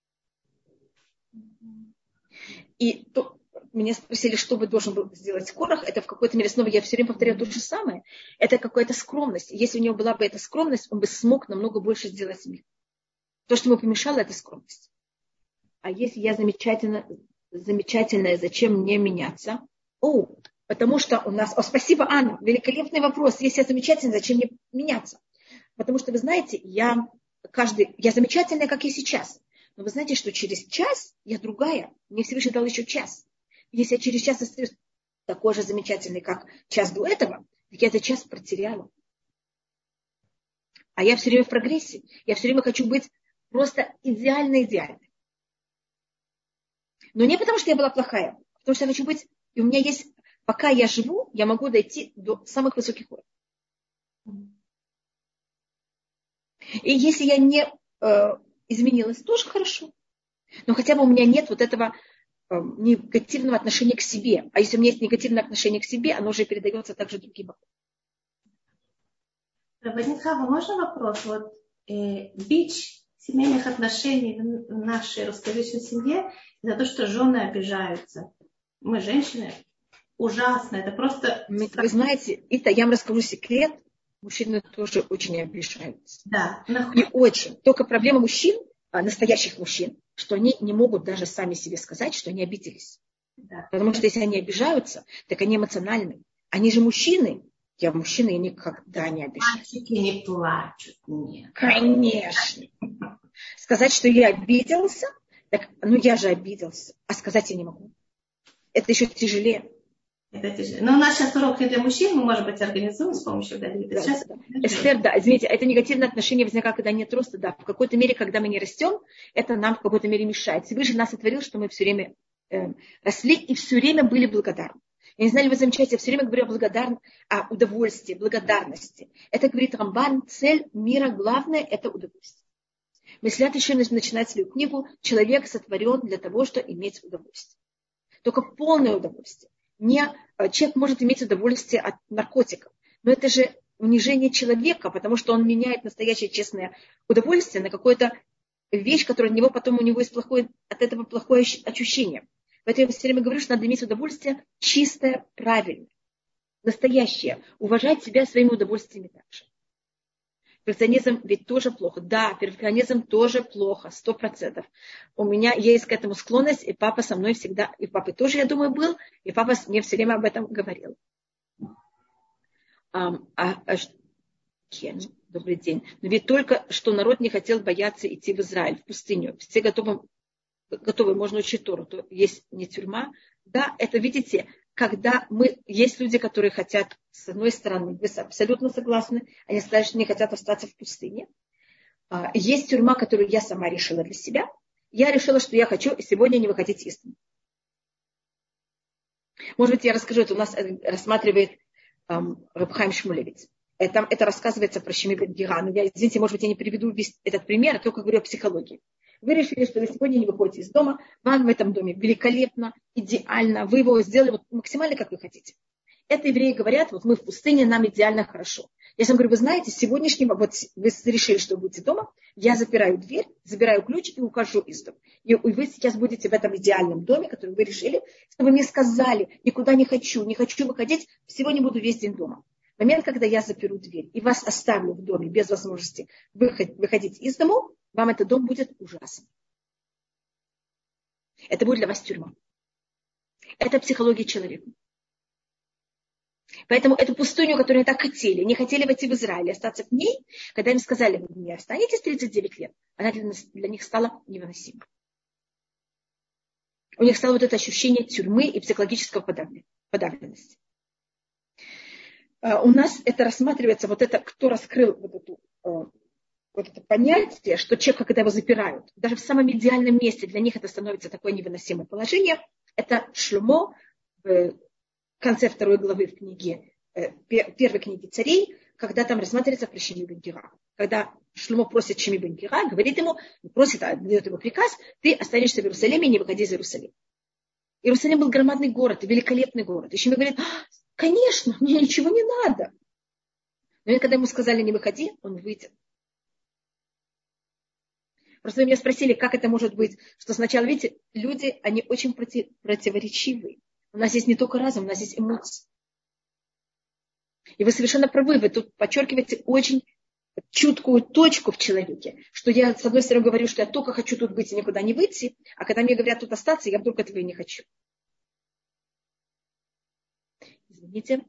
И то, меня спросили, что бы должен был сделать Корах. Это в какой-то мере, снова я все время повторяю то же самое. Это какая-то скромность. Если у него была бы эта скромность, он бы смог намного больше сделать мир. То, что ему помешало, это скромность. А если я замечательная, зачем мне меняться? Потому что у нас... спасибо, Анна, великолепный вопрос. Если я замечательная, зачем мне меняться? Потому что, вы знаете, я замечательная, как и сейчас. Но вы знаете, что через час я другая. Мне Всевышний дал еще час. Если я через час остаюсь такой же замечательный, как час до этого, так я этот час потеряла. А я все время в прогрессе. Я все время хочу быть просто идеальной. Но не потому, что я была плохая. А потому что я хочу быть... И у меня есть... Пока я живу, я могу дойти до самых высоких уровней. И если я не изменилась, тоже хорошо. Но хотя бы у меня нет вот этого негативного отношения к себе. А если у меня есть негативное отношение к себе, оно уже передается также другим. Рабанит Хава, можно вопрос? Вот бич семейных отношений в нашей русскоязычной семье за то, что жены обижаются. Мы, женщины, ужасно. Это просто... Вы знаете, я вам расскажу секрет. Мужчины тоже очень обижаются. Да. И очень. Только проблема мужчин, настоящих мужчин, что они не могут даже сами себе сказать, что они обиделись. Да. Потому что если они обижаются, так они эмоциональны. Они же мужчины. Я мужчина, и никогда не обижаюсь. Мальчики не плачут. Нет. Конечно. Сказать, что я обиделся, так, я же обиделся. А сказать я не могу. Это еще тяжелее. Это тяжело. Но у нас сейчас урок не для мужчин, мы, может быть, организуем с помощью Давида. Да, Сейчас... да. Эстер, да, извините, это негативное отношение возникает, когда нет роста, да. В какой-то мере, когда мы не растем, это нам в какой-то мере мешает. Всевышний нас сотворил, что мы все время росли и все время были благодарны. Я не знаю, ли вы замечаете, я все время говорю о удовольствии, благодарности. Это говорит Рамбан, цель мира главное – это удовольствие. Месилат еще начинает свою книгу «Человек сотворен для того, чтобы иметь удовольствие». Только полное удовольствие. Человек может иметь удовольствие от наркотиков, но это же унижение человека, потому что он меняет настоящее честное удовольствие на какую-то вещь, которая у него есть от этого плохое ощущение. Поэтому я все время говорю, что надо иметь удовольствие чистое, правильное, настоящее, уважать себя своими удовольствиями также. Перфекционизм ведь тоже плохо. Да, перфекционизм тоже плохо, 100%. У меня есть к этому склонность, и папа со мной всегда, и папа тоже, я думаю, был, и папа мне все время об этом говорил. Добрый день. Но ведь только что народ не хотел бояться идти в Израиль, в пустыню. Все готовы, можно учить Тору, то есть не тюрьма. Да, это, видите, когда есть люди, которые хотят, с одной стороны, вы абсолютно согласны, они сказали, что не хотят остаться в пустыне. Есть тюрьма, которую я сама решила для себя. Я решила, что я хочу сегодня не выходить из дома. Может быть, я расскажу, это у нас рассматривает Рав Хаим Шмулевиц. Это рассказывается про Шими бен Гера. Но извините, может быть, я не приведу весь этот пример, а только говорю о психологии. Вы решили, что вы сегодня не выходите из дома, вам в этом доме великолепно, идеально, вы его сделали максимально, как вы хотите. Это евреи говорят, мы в пустыне, нам идеально хорошо. Я вам говорю, вы знаете, с сегодняшнего, вы решили, что вы будете дома, я запираю дверь, забираю ключ и ухожу из дома. И вы сейчас будете в этом идеальном доме, который вы решили, что вы мне сказали, никуда не хочу выходить, сегодня буду весь день дома. В момент, когда я заперу дверь и вас оставлю в доме без возможности выходить из дома, вам этот дом будет ужасен. Это будет для вас тюрьма. Это психология человека. Поэтому эту пустыню, которую они так хотели, не хотели войти в Израиль, остаться в ней, когда им сказали, вы не останетесь 39 лет, она для них стала невыносимой. У них стало это ощущение тюрьмы и психологического подавленности. У нас это рассматривается, кто раскрыл это понятие, что человека, когда его запирают, даже в самом идеальном месте, для них это становится такое невыносимое положение. Это Шломо в конце 2 главы в книге, первой книги царей, когда там рассматривается про Шими бен Гера. Когда Шломо просит Шими бен Гера, говорит ему, дает ему приказ, ты останешься в Иерусалиме, не выходи из Иерусалима. Иерусалим был громадный город, великолепный город. И Шими говорит, конечно, мне ничего не надо. Но когда ему сказали, не выходи, он выйдет. Просто вы меня спросили, как это может быть, что сначала, видите, люди, они очень противоречивые. У нас здесь не только разум, у нас здесь эмоции. И вы совершенно правы, вы тут подчеркиваете очень чуткую точку в человеке, что я, с одной стороны, говорю, что я только хочу тут быть и никуда не выйти, а когда мне говорят тут остаться, я вдруг этого и не хочу. Извините.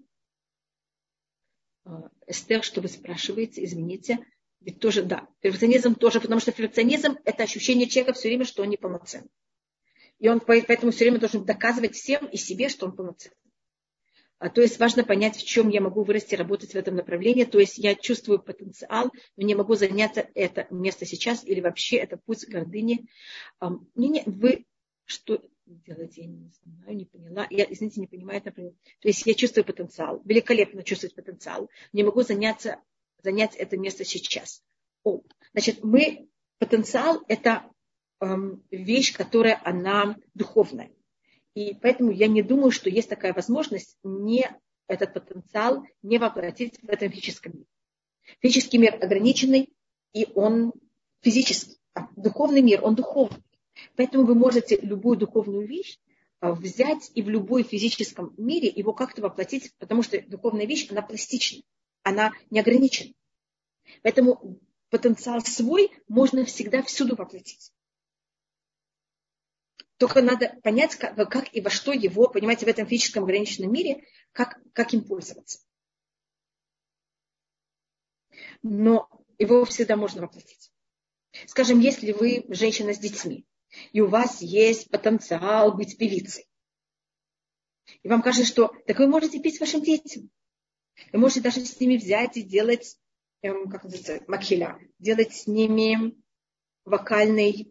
Эстер, что вы спрашиваете, извините. Ведь тоже, да, перфекционизм тоже, потому что перфекционизм – это ощущение человека все время, что он неполноценный. И он поэтому все время должен доказывать всем и себе, что он полноценный. То есть важно понять, в чем я могу вырасти, работать в этом направлении. То есть я чувствую потенциал, но не могу заняться это место сейчас или вообще это путь гордыни. Вы что делаете? Я не знаю, не поняла. Я, извините, не понимаю, например. То есть я чувствую потенциал, великолепно чувствовать потенциал. Не могу занять это место сейчас. Значит, потенциал – это вещь, которая, она духовная. И поэтому я не думаю, что есть такая возможность этот потенциал не воплотить в этом физическом мире. Физический мир ограниченный, и он физический. А духовный мир, он духовный. Поэтому вы можете любую духовную вещь взять и в любой физическом мире его как-то воплотить, потому что духовная вещь, она пластична, она не ограничена. Поэтому потенциал свой можно всегда всюду воплотить. Только надо понять, как и во что его, понимаете, в этом физическом ограниченном мире, как им пользоваться. Но его всегда можно воплотить. Скажем, если вы женщина с детьми, и у вас есть потенциал быть певицей, И вам кажется, что так вы можете петь вашим детям. Вы можете даже с ними взять и делать, как называется, макхиля, делать с ними вокальный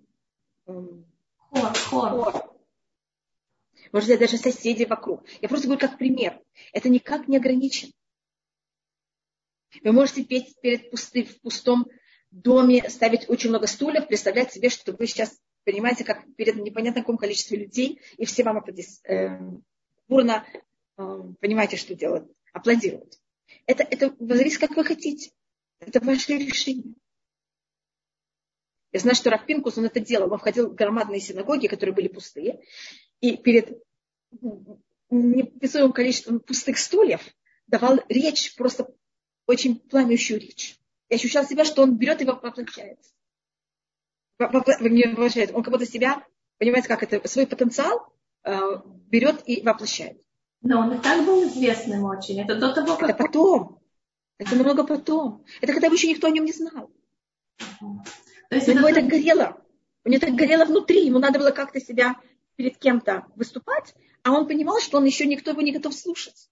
хор. Может быть, даже соседи вокруг. Я просто говорю как пример. Это никак не ограничено. Вы можете петь в пустом доме, ставить очень много стульев, представлять себе, что вы сейчас понимаете, как перед непонятно каком количестве людей, и все вам бурно понимаете, что делают, аплодируют. Это зависит, как вы хотите. Это ваше решение. Я знаю, что Рав Пинкус, он это делал. Он входил в громадные синагоги, которые были пустые, и перед неписуемым количеством пустых стульев давал речь, просто очень пламенущую речь. Я ощущал себя, что он берет и воплощает. Он как будто себя, понимаете, как это, свой потенциал берет и воплощает. Но он и так был известным очень. Это до того, как... Это потом. Это намного потом. Это когда еще никто о нем не знал. То есть у него это горело. У него это горело внутри. Ему надо было как-то себя перед кем-то выступать, а он понимал, что он еще никто его не готов слушать.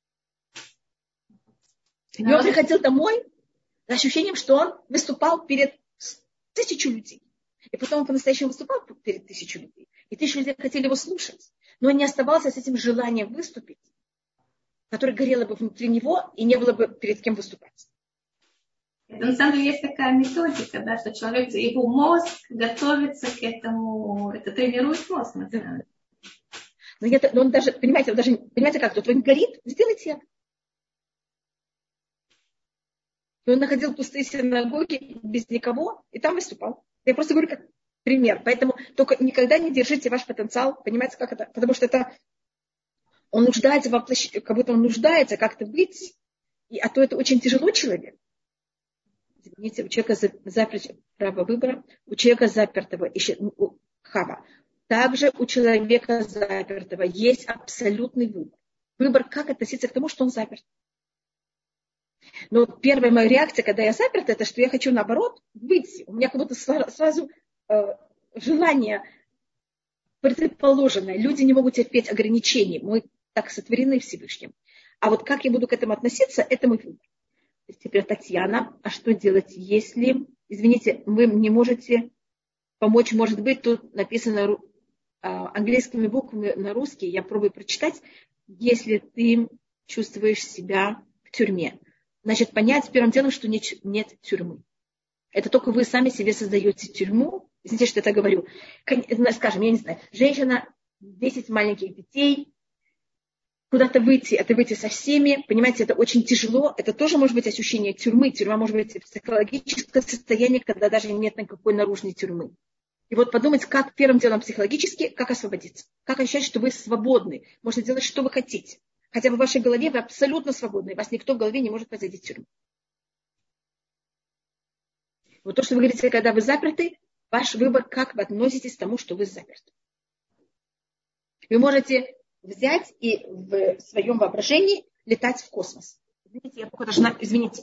И он приходил домой с ощущением, что он выступал перед 1000 людей. И потом он по-настоящему выступал перед 1000 людей. И 1000 людей хотели его слушать. Но он не оставался с этим желанием выступить, которое горело бы внутри него и не было бы перед кем выступать. Это, на самом деле, есть такая методика, да, что человек, его мозг готовится к этому, это тренирует мозг. Но он даже, понимаете как, тут он горит, сделайте это. И он находил пустые синагоги без никого, и там выступал. Я просто говорю как пример. Поэтому только никогда не держите ваш потенциал, понимаете, как это, потому что это он нуждается как будто он нуждается как-то быть, а то это очень тяжело человек. Извините, у человека заперто право выбора, у человека запертого Хава. Также у человека запертого есть абсолютный выбор. Выбор, как относиться к тому, что он заперт. Но первая моя реакция, когда я заперта, это что я хочу, наоборот, выйти. У меня как будто сразу желание противоположное. Люди не могут терпеть ограничений. Мы так сотворены Всевышним. А вот как я буду к этому относиться, это мой выбор. Теперь Татьяна, а что делать, если, извините, вы не можете помочь, может быть, тут написано английскими буквами на русский, я пробую прочитать, если ты чувствуешь себя в тюрьме. Значит, понять первым делом, что нет тюрьмы. Это только вы сами себе создаете тюрьму. Извините, что я так говорю. Скажем, я не знаю, женщина, 10 маленьких детей, куда-то выйти, это выйти со всеми, понимаете, это очень тяжело, это тоже может быть ощущение тюрьмы, тюрьма может быть психологическое состояние, когда даже нет никакой наружной тюрьмы. И вот подумать, как первым делом психологически, как освободиться, как ощущать, что вы свободны, можно делать, что вы хотите. Хотя бы в вашей голове вы абсолютно свободны, вас никто в голове не может посадить в тюрьму. Вот то, что вы говорите, когда вы заперты, ваш выбор, как вы относитесь к тому, что вы заперты. Вы можете взять и в своем воображении летать в космос. Извините, я пока должна... Извините.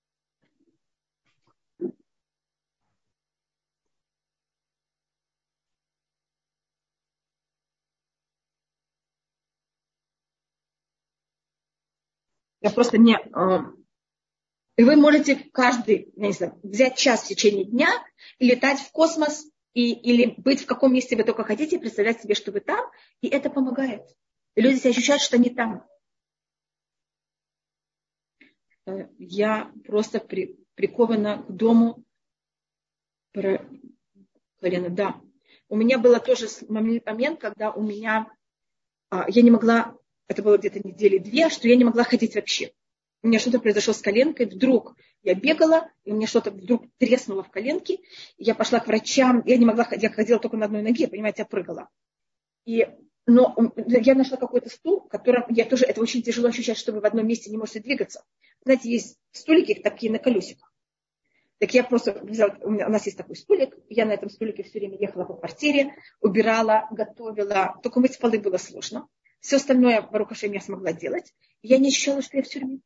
Я просто не... И вы можете каждый, я не знаю, взять час в течение дня и летать в космос, или быть в каком месте вы только хотите, представлять себе, что вы там, и это помогает. И люди себя ощущают, что они там. Я просто прикована к дому. Да. У меня был тоже момент, когда у меня... Я не могла... Это было где-то недели 2, что я не могла ходить вообще. У меня что-то произошло с коленкой. Вдруг я бегала, и у меня что-то вдруг треснуло в коленке. Я пошла к врачам. Я не могла ходить. Я ходила только на одной ноге, понимаете, я прыгала. Но я нашла какой-то стул, которым я тоже... Это очень тяжело ощущать, что вы в одном месте не можете двигаться. Знаете, есть столики такие на колесиках. Так я просто взяла... У нас есть такой столик. Я на этом столике все время ехала по квартире, убирала, готовила. Только мыть полы было сложно. Все остальное, Барух Ашем, я смогла делать. Я не ощущала, что я в тюрьме.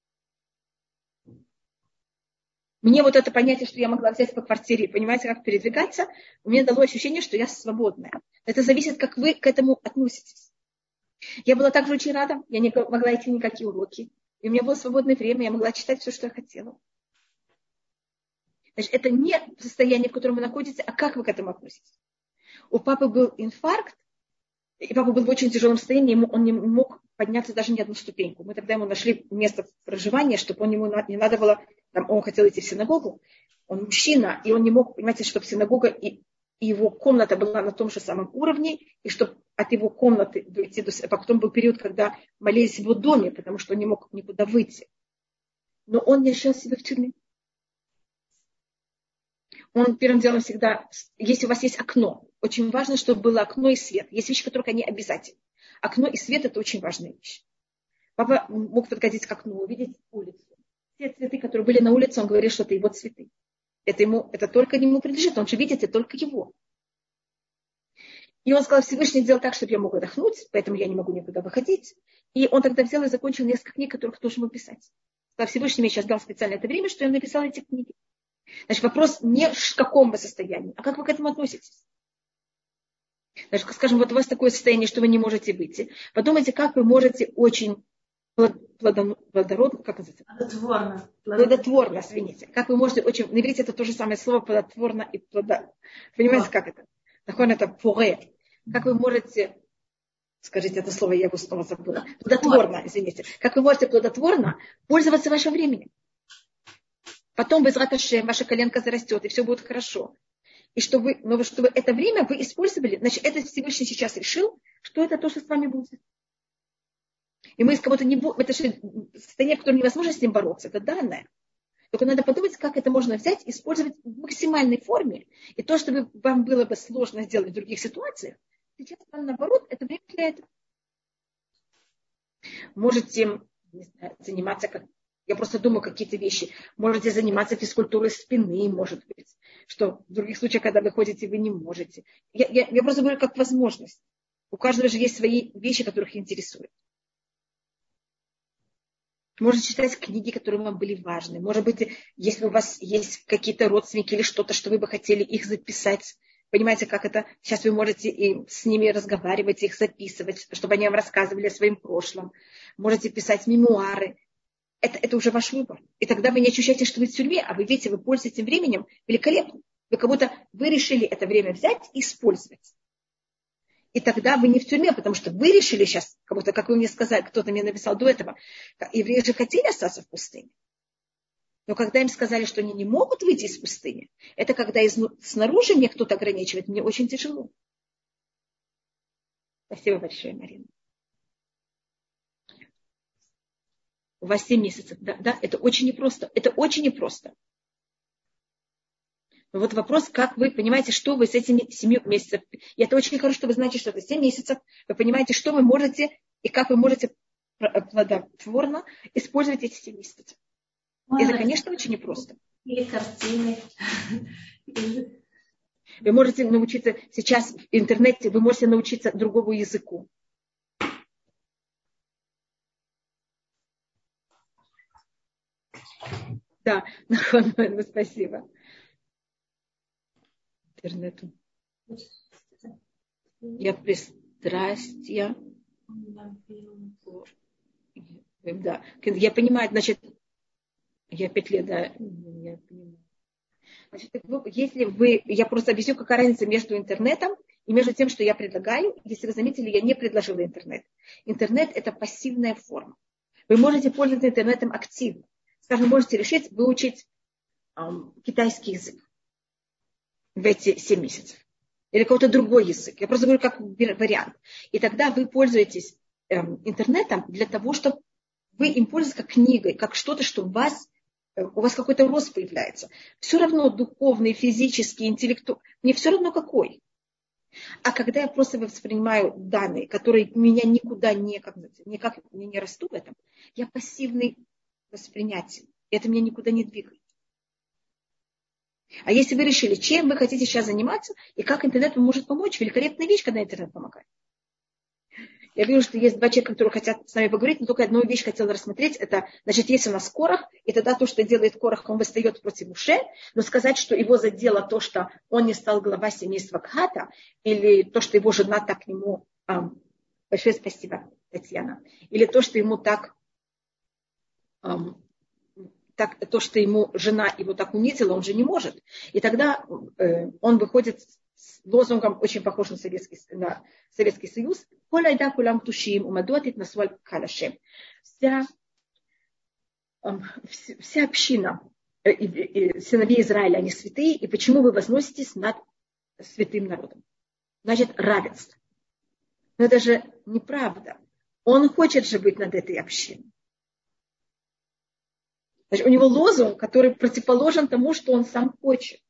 Мне вот это понятие, что я могла взять по квартире, понимаете, как передвигаться, мне дало ощущение, что я свободная. Это зависит, как вы к этому относитесь. Я была также очень рада. Я не могла идти никакие уроки. И у меня было свободное время. Я могла читать все, что я хотела. Значит, это не состояние, в котором вы находитесь, а как вы к этому относитесь. У папы был инфаркт, и папа был в очень тяжелом состоянии, он не мог подняться даже ни одну ступеньку. Мы тогда ему нашли место проживания, чтобы ему не надо было, там, он хотел идти в синагогу, он мужчина, и он не мог, понимаете, чтобы синагога и его комната была на том же самом уровне, и чтобы от его комнаты дойти до... А потом был период, когда молились в его доме, потому что он не мог никуда выйти. Но он не ощущал себя в тюрьме. Он первым делом всегда, если у вас есть окно, очень важно, чтобы было окно и свет. Есть вещи, которые они обязательны. Окно и свет – это очень важная вещь. Папа мог подходить к окну, увидеть улицу. Все цветы, которые были на улице, он говорил, что это его цветы. Это только ему принадлежит, он же видит, это только его. И он сказал, Всевышний сделал так, чтобы я мог отдохнуть, поэтому я не могу никуда выходить. И он тогда взял и закончил несколько книг, которых тоже мог писать. Сказал, Всевышний мне сейчас дал специально это время, что я написал эти книги. Значит, вопрос не в каком вы состоянии, а как вы к этому относитесь. Значит, скажем, вот у вас такое состояние, что вы не можете выйти. Подумайте, как вы можете очень плодородно, как называется? Плодотворно, извините. Как вы можете очень, на иврите это то же самое слово, плодотворно и плодо. Понимаете, как это? Такое это поре. Как вы можете, скажите это слово, я его снова забыла. Плодотворно, извините. Как вы можете плодотворно пользоваться вашим временем. Потом без раташем ваша коленка зарастет, и все будет хорошо. И чтобы это время вы использовали, значит, это Всевышний сейчас решил, что это то, что с вами будет. И мы из кого-то не будем, это же состояние, в котором невозможно с ним бороться, это данное. Только надо подумать, как это можно взять и использовать в максимальной форме. И то, что вам было бы сложно сделать в других ситуациях, сейчас вам наоборот, это время для этого. Можете, не знаю, заниматься как... Я просто думаю, какие-то вещи. Можете заниматься физкультурой спины, может быть. Что в других случаях, когда вы ходите, вы не можете. Я просто говорю как возможность. У каждого же есть свои вещи, которых интересуют. Можете читать книги, которые вам были важны. Может быть, если у вас есть какие-то родственники или что-то, что вы бы хотели их записать. Понимаете, как это? Сейчас вы можете и с ними разговаривать, их записывать, чтобы они вам рассказывали о своем прошлом. Можете писать мемуары. Это уже ваш выбор. И тогда вы не ощущаете, что вы в тюрьме, а вы видите, вы пользуетесь этим временем великолепно. Вы решили это время взять и использовать. И тогда вы не в тюрьме, потому что вы решили сейчас, как вы мне сказали, кто-то мне написал до этого, евреи же хотели остаться в пустыне. Но когда им сказали, что они не могут выйти из пустыни, это когда снаружи мне кто-то ограничивает, мне очень тяжело. Спасибо большое, Марина. У вас 7 месяцев. Да, это очень непросто. Это очень непросто. Но вот вопрос, как вы понимаете, что вы с этими 7 месяцами. И это очень хорошо, что вы знаете, что это 7 месяцев. Вы понимаете, что вы можете и как вы можете плодотворно использовать эти 7 месяцев. Это, конечно, очень непросто. Или картины. Вы можете научиться сейчас в интернете, вы можете научиться другому языку. Да, спасибо. Интернету. Я пристрастия. Да. Я понимаю, значит, я 5 лет, да, я понимаю. Значит, я просто объясню, какая разница между интернетом и между тем, что я предлагаю. Если вы заметили, я не предложила интернет. Интернет – это пассивная форма. Вы можете пользоваться интернетом активно. Скажем, можете решить выучить китайский язык в эти 7 месяцев. Или какой-то другой язык. Я просто говорю как вариант. И тогда вы пользуетесь интернетом для того, чтобы вы им пользуетесь как книгой, как что-то, что у вас какой-то рост появляется. Все равно духовный, физический, интеллектуальный. Мне все равно какой. А когда я просто воспринимаю данные, которые меня никуда никак не растут в этом, я пассивный воспринятие. Это меня никуда не двигает. А если вы решили, чем вы хотите сейчас заниматься, и как интернет вам может помочь, великолепная вещь, когда интернет помогает. Я вижу, что есть 2 человека, которые хотят с нами поговорить, но только одну вещь хотела рассмотреть. Это, значит, есть у нас Корах, и тогда то, что делает Корах, он восстает против Моше, но сказать, что его задело то, что он не стал глава семейства Кхата, или то, что его жена так к нему... Большое спасибо. Татьяна, или то, что ему то, что ему жена его так унизила, он же не может. И тогда он выходит с лозунгом, очень похож на Советский Союз. Вся община сыновей Израиля, они святые, и почему вы возноситесь над святым народом? Значит, равенство. Но это же неправда. Он хочет же быть над этой общиной. Значит, у него лозунг, который противоположен тому, что он сам хочет.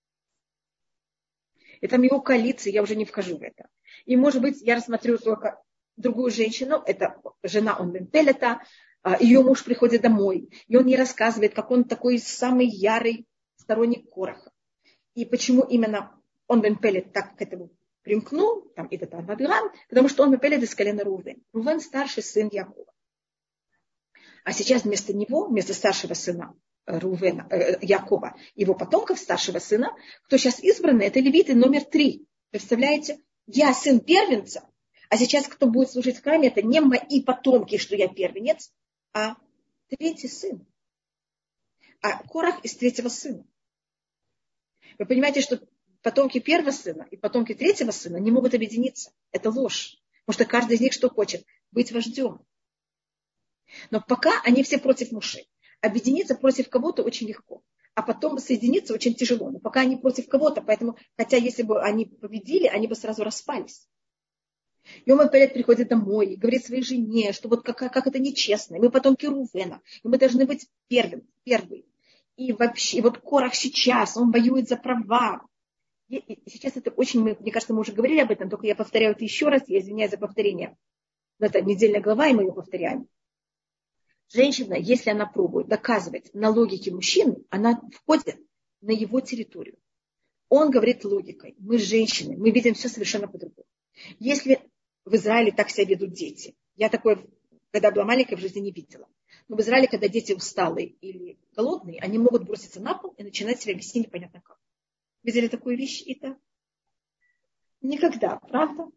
И там его коалиции, я уже не вхожу в это. И, может быть, я рассмотрю только другую женщину, это жена Он бен Пелета, ее муж приходит домой, и он ей рассказывает, как он такой самый ярый сторонник Кораха. И почему именно Он бен Пелет так к этому примкнул, там, и это Авадырам, потому что Он бен Пелет из колена Рувен. Рувен старший сын Якова. А сейчас вместо него, вместо старшего сына Рувена, Якова, его потомков старшего сына, кто сейчас избранный, это левиты номер 3. Представляете? Я сын первенца, а сейчас кто будет служить в храме, это не мои потомки, что я первенец, а третий сын. А Корах из третьего сына. Вы понимаете, что потомки первого сына и потомки третьего сына не могут объединиться. Это ложь. Потому что каждый из них что хочет? Быть вождем. Но пока они все против Моше. Объединиться против кого-то очень легко. А потом соединиться очень тяжело. Но пока они против кого-то, поэтому, хотя если бы они победили, они бы сразу распались. И он опять приходит домой и говорит своей жене, что вот как это нечестно. Мы потомки Рувена, и мы должны быть первые. И вообще, вот Корах сейчас, он воюет за права. И сейчас это очень, мне кажется, мы уже говорили об этом, только я повторяю это еще раз, я извиняюсь за повторение. Но это недельная глава, и мы ее повторяем. Женщина, если она пробует доказывать на логике мужчины, она входит на его территорию. Он говорит логикой. Мы женщины, мы видим все совершенно по-другому. Если в Израиле так себя ведут дети, я такое, когда была маленькая, в жизни не видела. Но в Израиле, когда дети усталые или голодные, они могут броситься на пол и начинать себя вести непонятно как. Видели такую вещь? Это никогда, правда?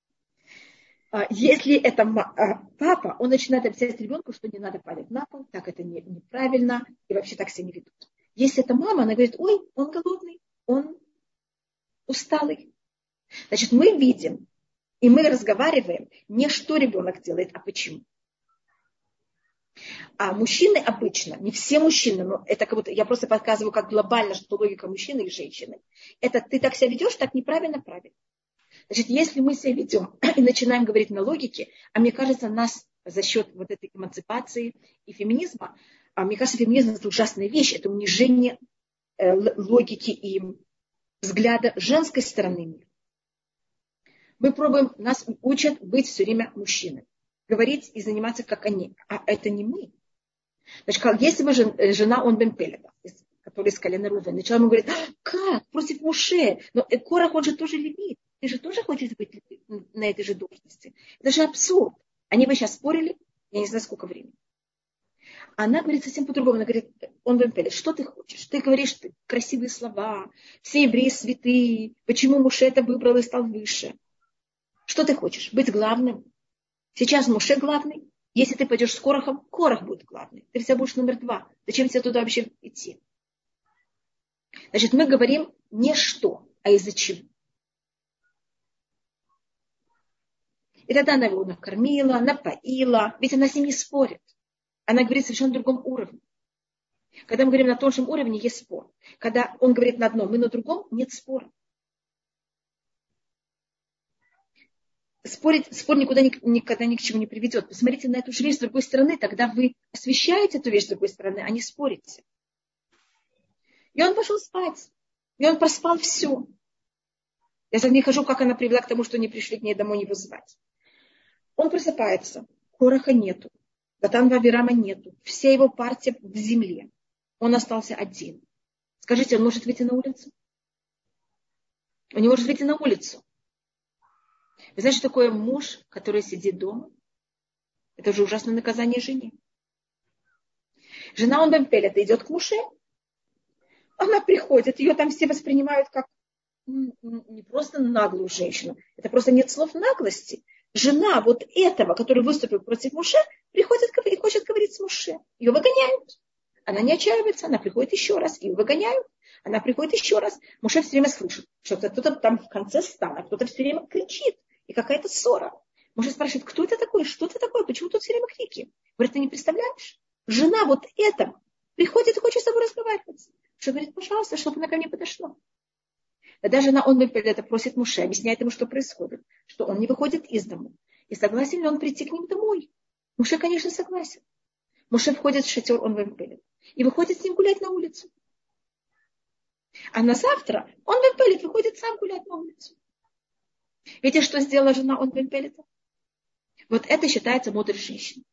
Если это папа, он начинает объяснять ребенку, что не надо падать на пол, так это неправильно, и вообще так себя не ведут. Если это мама, она говорит, ой, он голодный, он усталый. Значит, мы видим, и мы разговариваем не что ребенок делает, а почему. А мужчины обычно, не все мужчины, но это как будто, я просто показываю, как глобально, что логика мужчины и женщины. Это ты так себя ведешь, так неправильно, правильно. Значит, если мы себя ведем и начинаем говорить на логике, а мне кажется, нас за счет вот этой эмансипации и феминизма, мне кажется, феминизм – это ужасная вещь, это унижение логики и взгляда женской стороны мира. Мы пробуем, нас учат быть все время мужчиной, говорить и заниматься, как они, а это не мы. Значит, если бы жена Он бен Пелета, который из колена Рувена, начала ему говорить, как, против Моше, но Корах, он же тоже левит. Ты же тоже хочешь быть на этой же должности. Это же абсурд. Они бы сейчас спорили, я не знаю, сколько времени. Она говорит совсем по-другому. Она говорит, Он бен Пелет, что ты хочешь? Ты говоришь красивые слова, все евреи святые, почему Моше это выбрал и стал выше? Что ты хочешь? Быть главным? Сейчас Моше главный. Если ты пойдешь с Корахом, Корах будет главный. Ты всегда будешь номер 2. Зачем тебе туда вообще идти? Значит, мы говорим не что, а из-за чего. И тогда она его накормила, напоила. Ведь она с ним не спорит. Она говорит совершенно другом уровне. Когда мы говорим на том же уровне, есть спор. Когда он говорит на одном, мы на другом, нет спора. Спор никогда ни к чему не приведет. Посмотрите на эту же вещь с другой стороны, тогда вы освещаете эту вещь с другой стороны, а не спорите. И он пошел спать. И он проспал все. Я сейчас не хожу, как она привела к тому, что они пришли к ней домой не вызывать. Он просыпается. Кораха нету. Датан Авирама нету. Вся его партия в земле. Он остался один. Скажите, он может выйти на улицу? Он не может выйти на улицу. Вы знаете, что такое муж, который сидит дома? Это же ужасное наказание жене. Жена Он бен Пелета идет к Моше. Она приходит, ее там все воспринимают как не просто наглую женщину. Это просто нет слов наглости. жена вот этого, который выступил против Моше, приходит и хочет говорить с Моше. Ее выгоняют. Она не отчаивается, она приходит еще раз, ее выгоняют. Она приходит еще раз. Моше все время слышит, что кто-то там в конце стана, кто-то все время кричит. И какая-то ссора. Моше спрашивает, кто это такой, что это такое, почему тут все время крики? Говорит, ты не представляешь? Жена вот этого приходит и хочет с тобой разговаривать. Моше говорит, пожалуйста, чтобы она ко мне подошла. Тогда жена, он это просит Моше, объясняет ему, что происходит, что он не выходит из дома. И согласен ли он прийти к ним домой? Моше, конечно, согласен. Моше входит в шатер, он выпылит. И выходит с ним гулять на улицу. А на завтра он выпылит, выходит сам гулять на улицу. Видите, что сделала жена он выпылита? Вот это считается мудрой женщиной.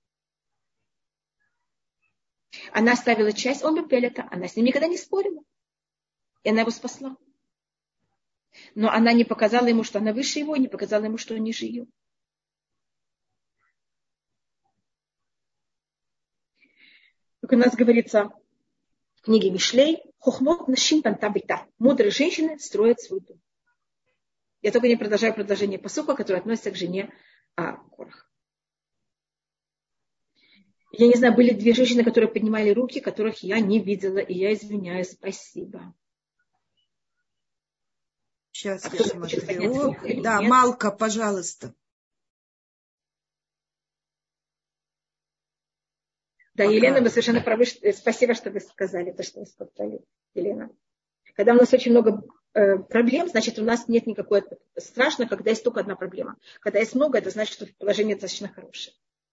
Она оставила часть он выпылита, она с ним никогда не спорила. И она его спасла. Но она не показала ему, что она выше его, не показала ему, что он ниже ее. Как у нас говорится в книге Мишлей, хохмот нашим пантабита. Мудрые женщины строят свой дом. Я только не продолжаю продолжение пасука, которое относится к жене Корах. Я не знаю, были две женщины, которые поднимали руки, которых я не видела, и я извиняюсь. Спасибо. Сейчас я смотрю. Да, Малка, пожалуйста. Да, пока. Елена, вы совершенно правы. Спасибо, что вы сказали то, что вы сказали, Елена. Когда у нас очень много проблем, значит, у нас нет никакой страшного, когда есть только одна проблема. Когда есть много, это значит, что положение достаточно хорошее.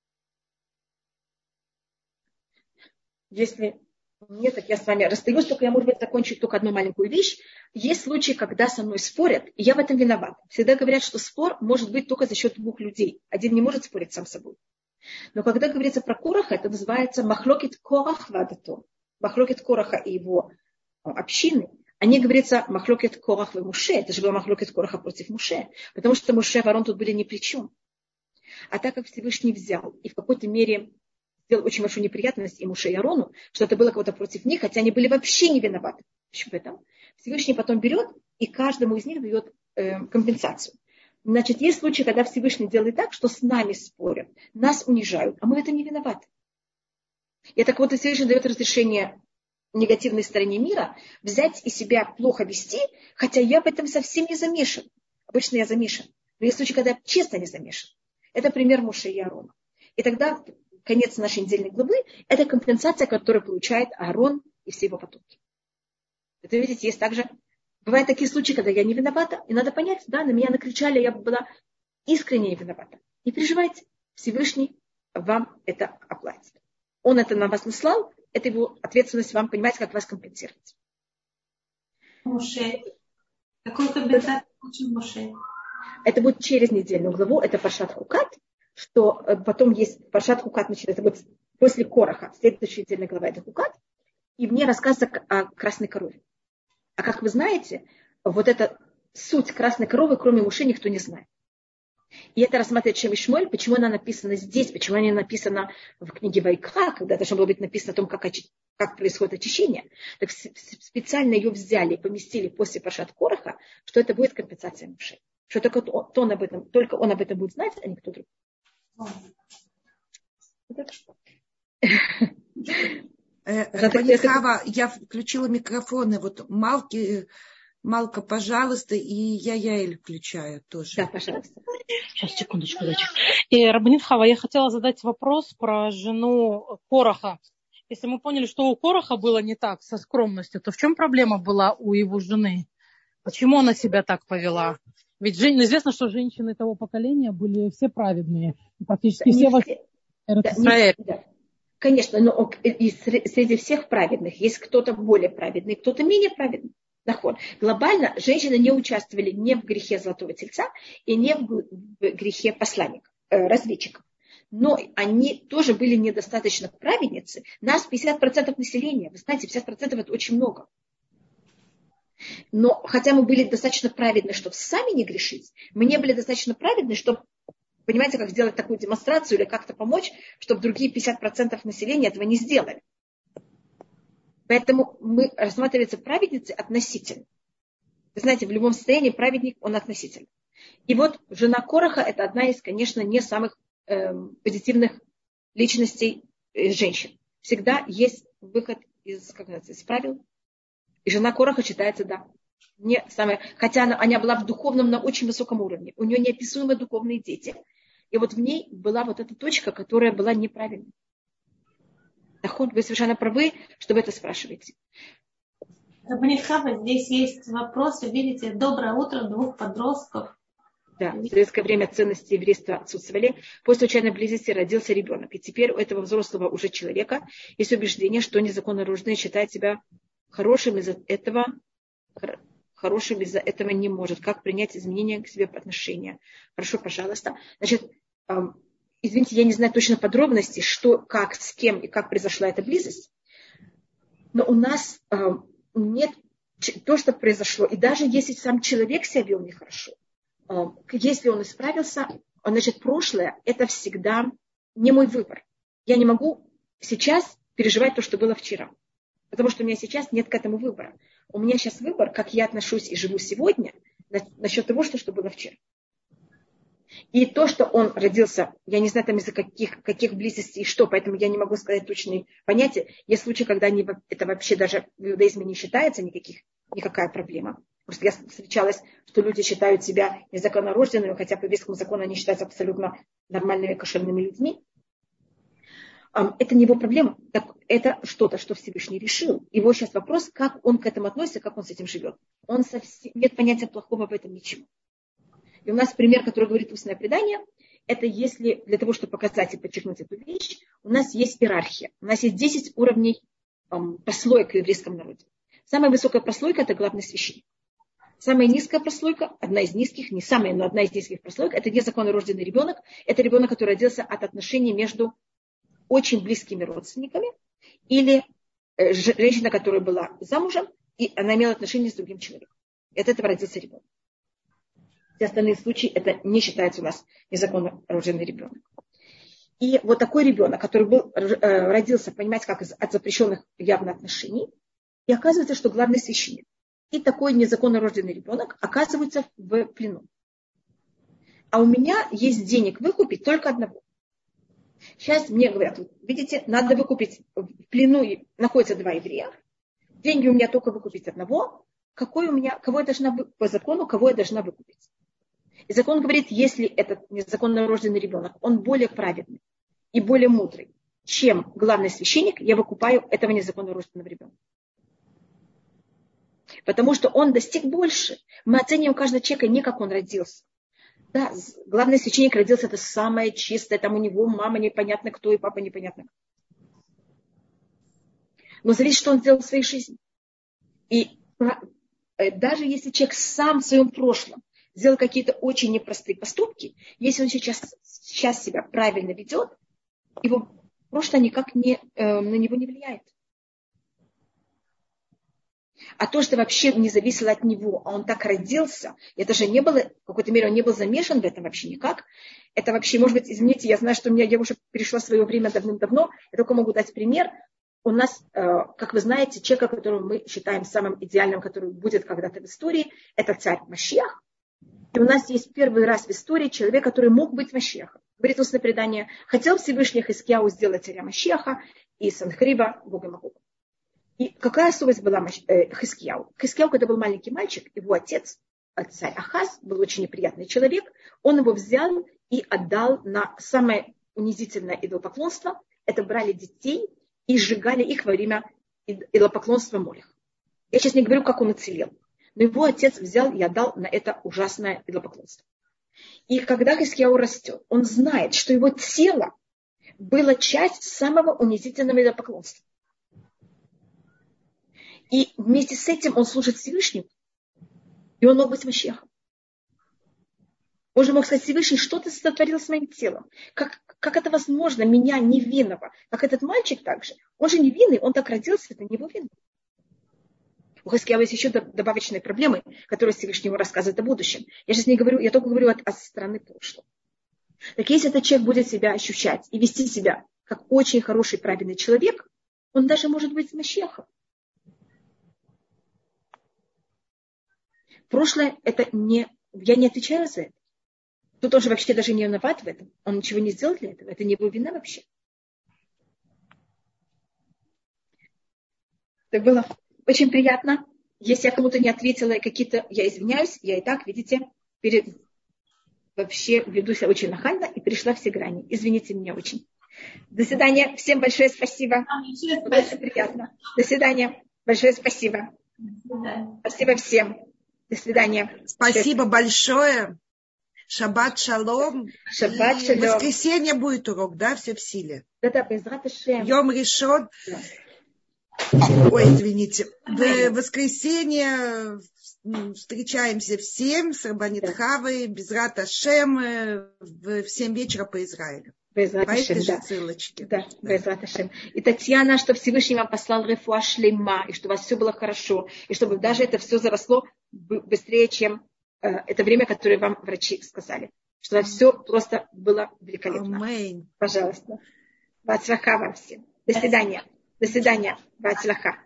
Если нет, так я с вами расстаюсь, только я, может быть, закончу только одну маленькую вещь. Есть случаи, когда со мной спорят, и я в этом виновата. Всегда говорят, что спор может быть только за счет двух людей. Один не может спорить сам с собой. Но когда говорится про Кораха, это называется махлокет Корах вадато. Махлокет Кораха и его общины. Они говорится махлокет Корах и Моше. Это же было махлокет Кораха против Моше. Потому что Моше и Аарон тут были ни при чем. А так как Всевышний взял и в какой-то мере сделал очень большую неприятность и Моше и Аарону, что это было кого-то против них, хотя они были вообще не виноваты в этом. Всевышний потом берет и каждому из них дает компенсацию. Значит, есть случаи, когда Всевышний делает так, что с нами спорят, нас унижают, а мы в этом не виноваты. И так вот, Всевышний дает разрешение негативной стороне мира взять и себя плохо вести, хотя я в этом совсем не замешан. Обычно я замешан. Но есть случаи, когда я честно не замешан. Это пример Моше и Аарона. И тогда конец нашей недельной главы – это компенсация, которую получает Аарон и все его потомки. Это, видите, есть также... Бывают такие случаи, когда я не виновата, и надо понять, да, на меня накричали, я была искренне не виновата. Не переживайте, Всевышний вам это оплатит. Он это на вас наслал, это его ответственность вам, понимаете, как вас компенсировать. Моше. Какую компенсацию получил Моше? Это будет через недельную главу, это Паршат Хукат, что потом есть Паршат Хукат, это будет после Кораха, следующая недельная глава это Хукат, и в ней рассказывается о красной корове. А как вы знаете, вот эта суть красной коровы, кроме Моше, никто не знает. И это рассматривает Шем и Шмуэль, почему она написана здесь, почему она не написана в книге Вайкра, когда должно было быть написано о том, как происходит очищение. Так специально ее взяли и поместили после Паршат Кораха, что это будет компенсация Моше. Что только он об этом будет знать, а никто другой. Хава, я включила микрофоны. Вот Малка, пожалуйста, и я Яэль включаю тоже. Да, пожалуйста. Сейчас, секундочку. И Рабанит Хава, я хотела задать вопрос про жену Кораха. Если мы поняли, что у Кораха было не так со скромностью, то в чем проблема была у его жены? Почему она себя так повела? Ведь известно, что женщины того поколения были все праведные. Практически все во Израиле. Конечно, но и среди всех праведных есть кто-то более праведный, кто-то менее праведный. Глобально женщины не участвовали ни в грехе золотого тельца и не в грехе посланников, разведчиков. Но они тоже были недостаточно праведницы. Нас 50% населения. Вы знаете, 50% это очень много. Но хотя мы были достаточно праведны, чтобы сами не грешить, мы не были достаточно праведны, чтобы, понимаете, как сделать такую демонстрацию или как-то помочь, чтобы другие 50% населения этого не сделали. Поэтому мы рассматривается праведницей относительно. Вы знаете, в любом состоянии праведник, он относительно. И вот жена Кораха – это одна из, конечно, не самых позитивных личностей женщин. Всегда есть выход из правил. И жена Кораха считается, да, не самая, хотя она была в духовном на очень высоком уровне. У нее неописуемые духовные дети. И вот в ней была вот эта точка, которая была неправильной. Вы совершенно правы, что вы это спрашиваете. Рабанит Хава, здесь есть вопросы. Видите, доброе утро двух подростков. Да, в советское время ценности еврейства отсутствовали. После случайной близости родился ребенок. И теперь у этого взрослого уже человека есть убеждение, что незаконно рожденный считает себя хорошим из-за этого не может. Как принять изменения к себе по отношению? Хорошо, пожалуйста. Значит, извините, я не знаю точно подробностей, что, как, с кем и как произошла эта близость. Но у нас нет то, что произошло. И даже если сам человек себя вел нехорошо, если он исправился, значит, прошлое – это всегда не мой выбор. Я не могу сейчас переживать то, что было вчера. Потому что у меня сейчас нет к этому выбора. У меня сейчас выбор, как я отношусь и живу сегодня, насчет того, что было вчера. И то, что он родился, я не знаю, там из-за каких близостей и что, поэтому я не могу сказать точные понятия. Есть случаи, когда это вообще даже в иудаизме не считается никакая проблема. Просто я встречалась, что люди считают себя незаконно рожденными, хотя по еврейскому закону они считаются абсолютно нормальными, кошерными людьми. Это не его проблема, это что-то, что Всевышний решил. Его сейчас вопрос, как он к этому относится, как он с этим живет. Нет понятия плохого в этом ничего. И у нас пример, который говорит устное предание, это если для того, чтобы показать и подчеркнуть эту вещь, у нас есть иерархия. У нас есть 10 уровней прослоек в еврейском народе. Самая высокая прослойка – это главный священник. Самая низкая прослойка, одна из низких, не самая, но одна из низких прослоек, это незаконно рожденный ребенок. Это ребенок, который родился от отношений между очень близкими родственниками или женщина, которая была замужем, и она имела отношения с другим человеком. И от этого родился ребенок. Все остальные случаи, это не считается у нас незаконно рожденный ребенок. И вот такой ребенок, который родился, понимаете, как от запрещенных явно отношений, и оказывается, что главный священник. И такой незаконно рожденный ребенок оказывается в плену. А у меня есть денег выкупить только одного. Сейчас мне говорят, видите, надо выкупить, в плену находятся 2 еврея, деньги у меня только выкупить одного, кого я должна по закону, кого я должна выкупить. И закон говорит, если этот незаконно рожденный ребенок, он более праведный и более мудрый, чем главный священник, я выкупаю этого незаконно рожденного ребенка. Потому что он достиг больше. Мы оцениваем каждого человека не как он родился. Да, главный священник родился, это самое чистое, там у него мама непонятно кто и папа непонятно кто. Но зависит, что он сделал в своей жизни. И даже если человек сам в своем прошлом сделал какие-то очень непростые поступки, если он сейчас себя правильно ведет, его прошлое никак на него не влияет. А то, что вообще не зависело от него, а он так родился, это же не было, в какой-то мере он не был замешан в этом вообще никак. Это вообще, может быть, извините, я знаю, что я уже перешла свое время давным-давно, я только могу дать пример. У нас, как вы знаете, человека, которого мы считаем самым идеальным, который будет когда-то в истории, это царь Машиах. И у нас есть первый раз в истории человек, который мог быть Машиахом. Говорит устное предание, хотел Всевышний Хискияу сделать царя Машиаха и Санхриба Богом Богом. И какая особенность была Хискияу? Хискияу, когда был маленький мальчик, его отец, царь Ахаз, был очень неприятный человек, он его взял и отдал на самое унизительное идолопоклонство. Это брали детей и сжигали их во время идолопоклонства Молех. Я сейчас не говорю, как он уцелел. Но его отец взял и отдал на это ужасное идолопоклонство. И когда Хискияу растет, он знает, что его тело было часть самого унизительного идолопоклонства. И вместе с этим он служит Всевышнему. И он мог быть Машиахом. Он же мог сказать: Всевышний, что ты сотворил с моим телом? Как это возможно, меня невинного? Как этот мальчик также. Он же невинный, он так родился, это не его вина. У Хискияу есть еще добавочные проблемы, которые Всевышний ему рассказывает о будущем. Я сейчас не говорю, я только говорю от стороны прошлого. Так если этот человек будет себя ощущать и вести себя как очень хороший, правильный человек, он даже может быть Машиахом. Прошлое – это не я не отвечаю за это. Тут он же вообще даже не виноват в этом. Он ничего не сделал для этого. Это не его вина вообще. Так было очень приятно. Если я кому-то не ответила, я извиняюсь, я и так, видите, вообще веду себя очень нахально и перешла все грани. Извините меня очень. До свидания. Всем большое спасибо. Очень приятно. До свидания. Большое спасибо. Спасибо всем. До свидания. Спасибо большое. Шаббат шалом. Шаббат шалом. В воскресенье будет урок, да? Все в силе. Да, Безрат Ашем. Йом решен. Ой, извините. В воскресенье встречаемся в 7 с Рабанит Хавой, Безрат Ашем, в 7 вечера по Израилю. Безрат По этой же да. ссылочке. Да, Безрат Ашем. И Татьяна, что Всевышний вам послал рефуа шлема, и чтобы у вас все было хорошо, и чтобы даже это все заросло быстрее, чем это время, которое вам врачи сказали. Чтобы все просто было великолепно. Аминь. Пожалуйста. Бацлаха вам всем. До свидания. До свидания. Бацлаха.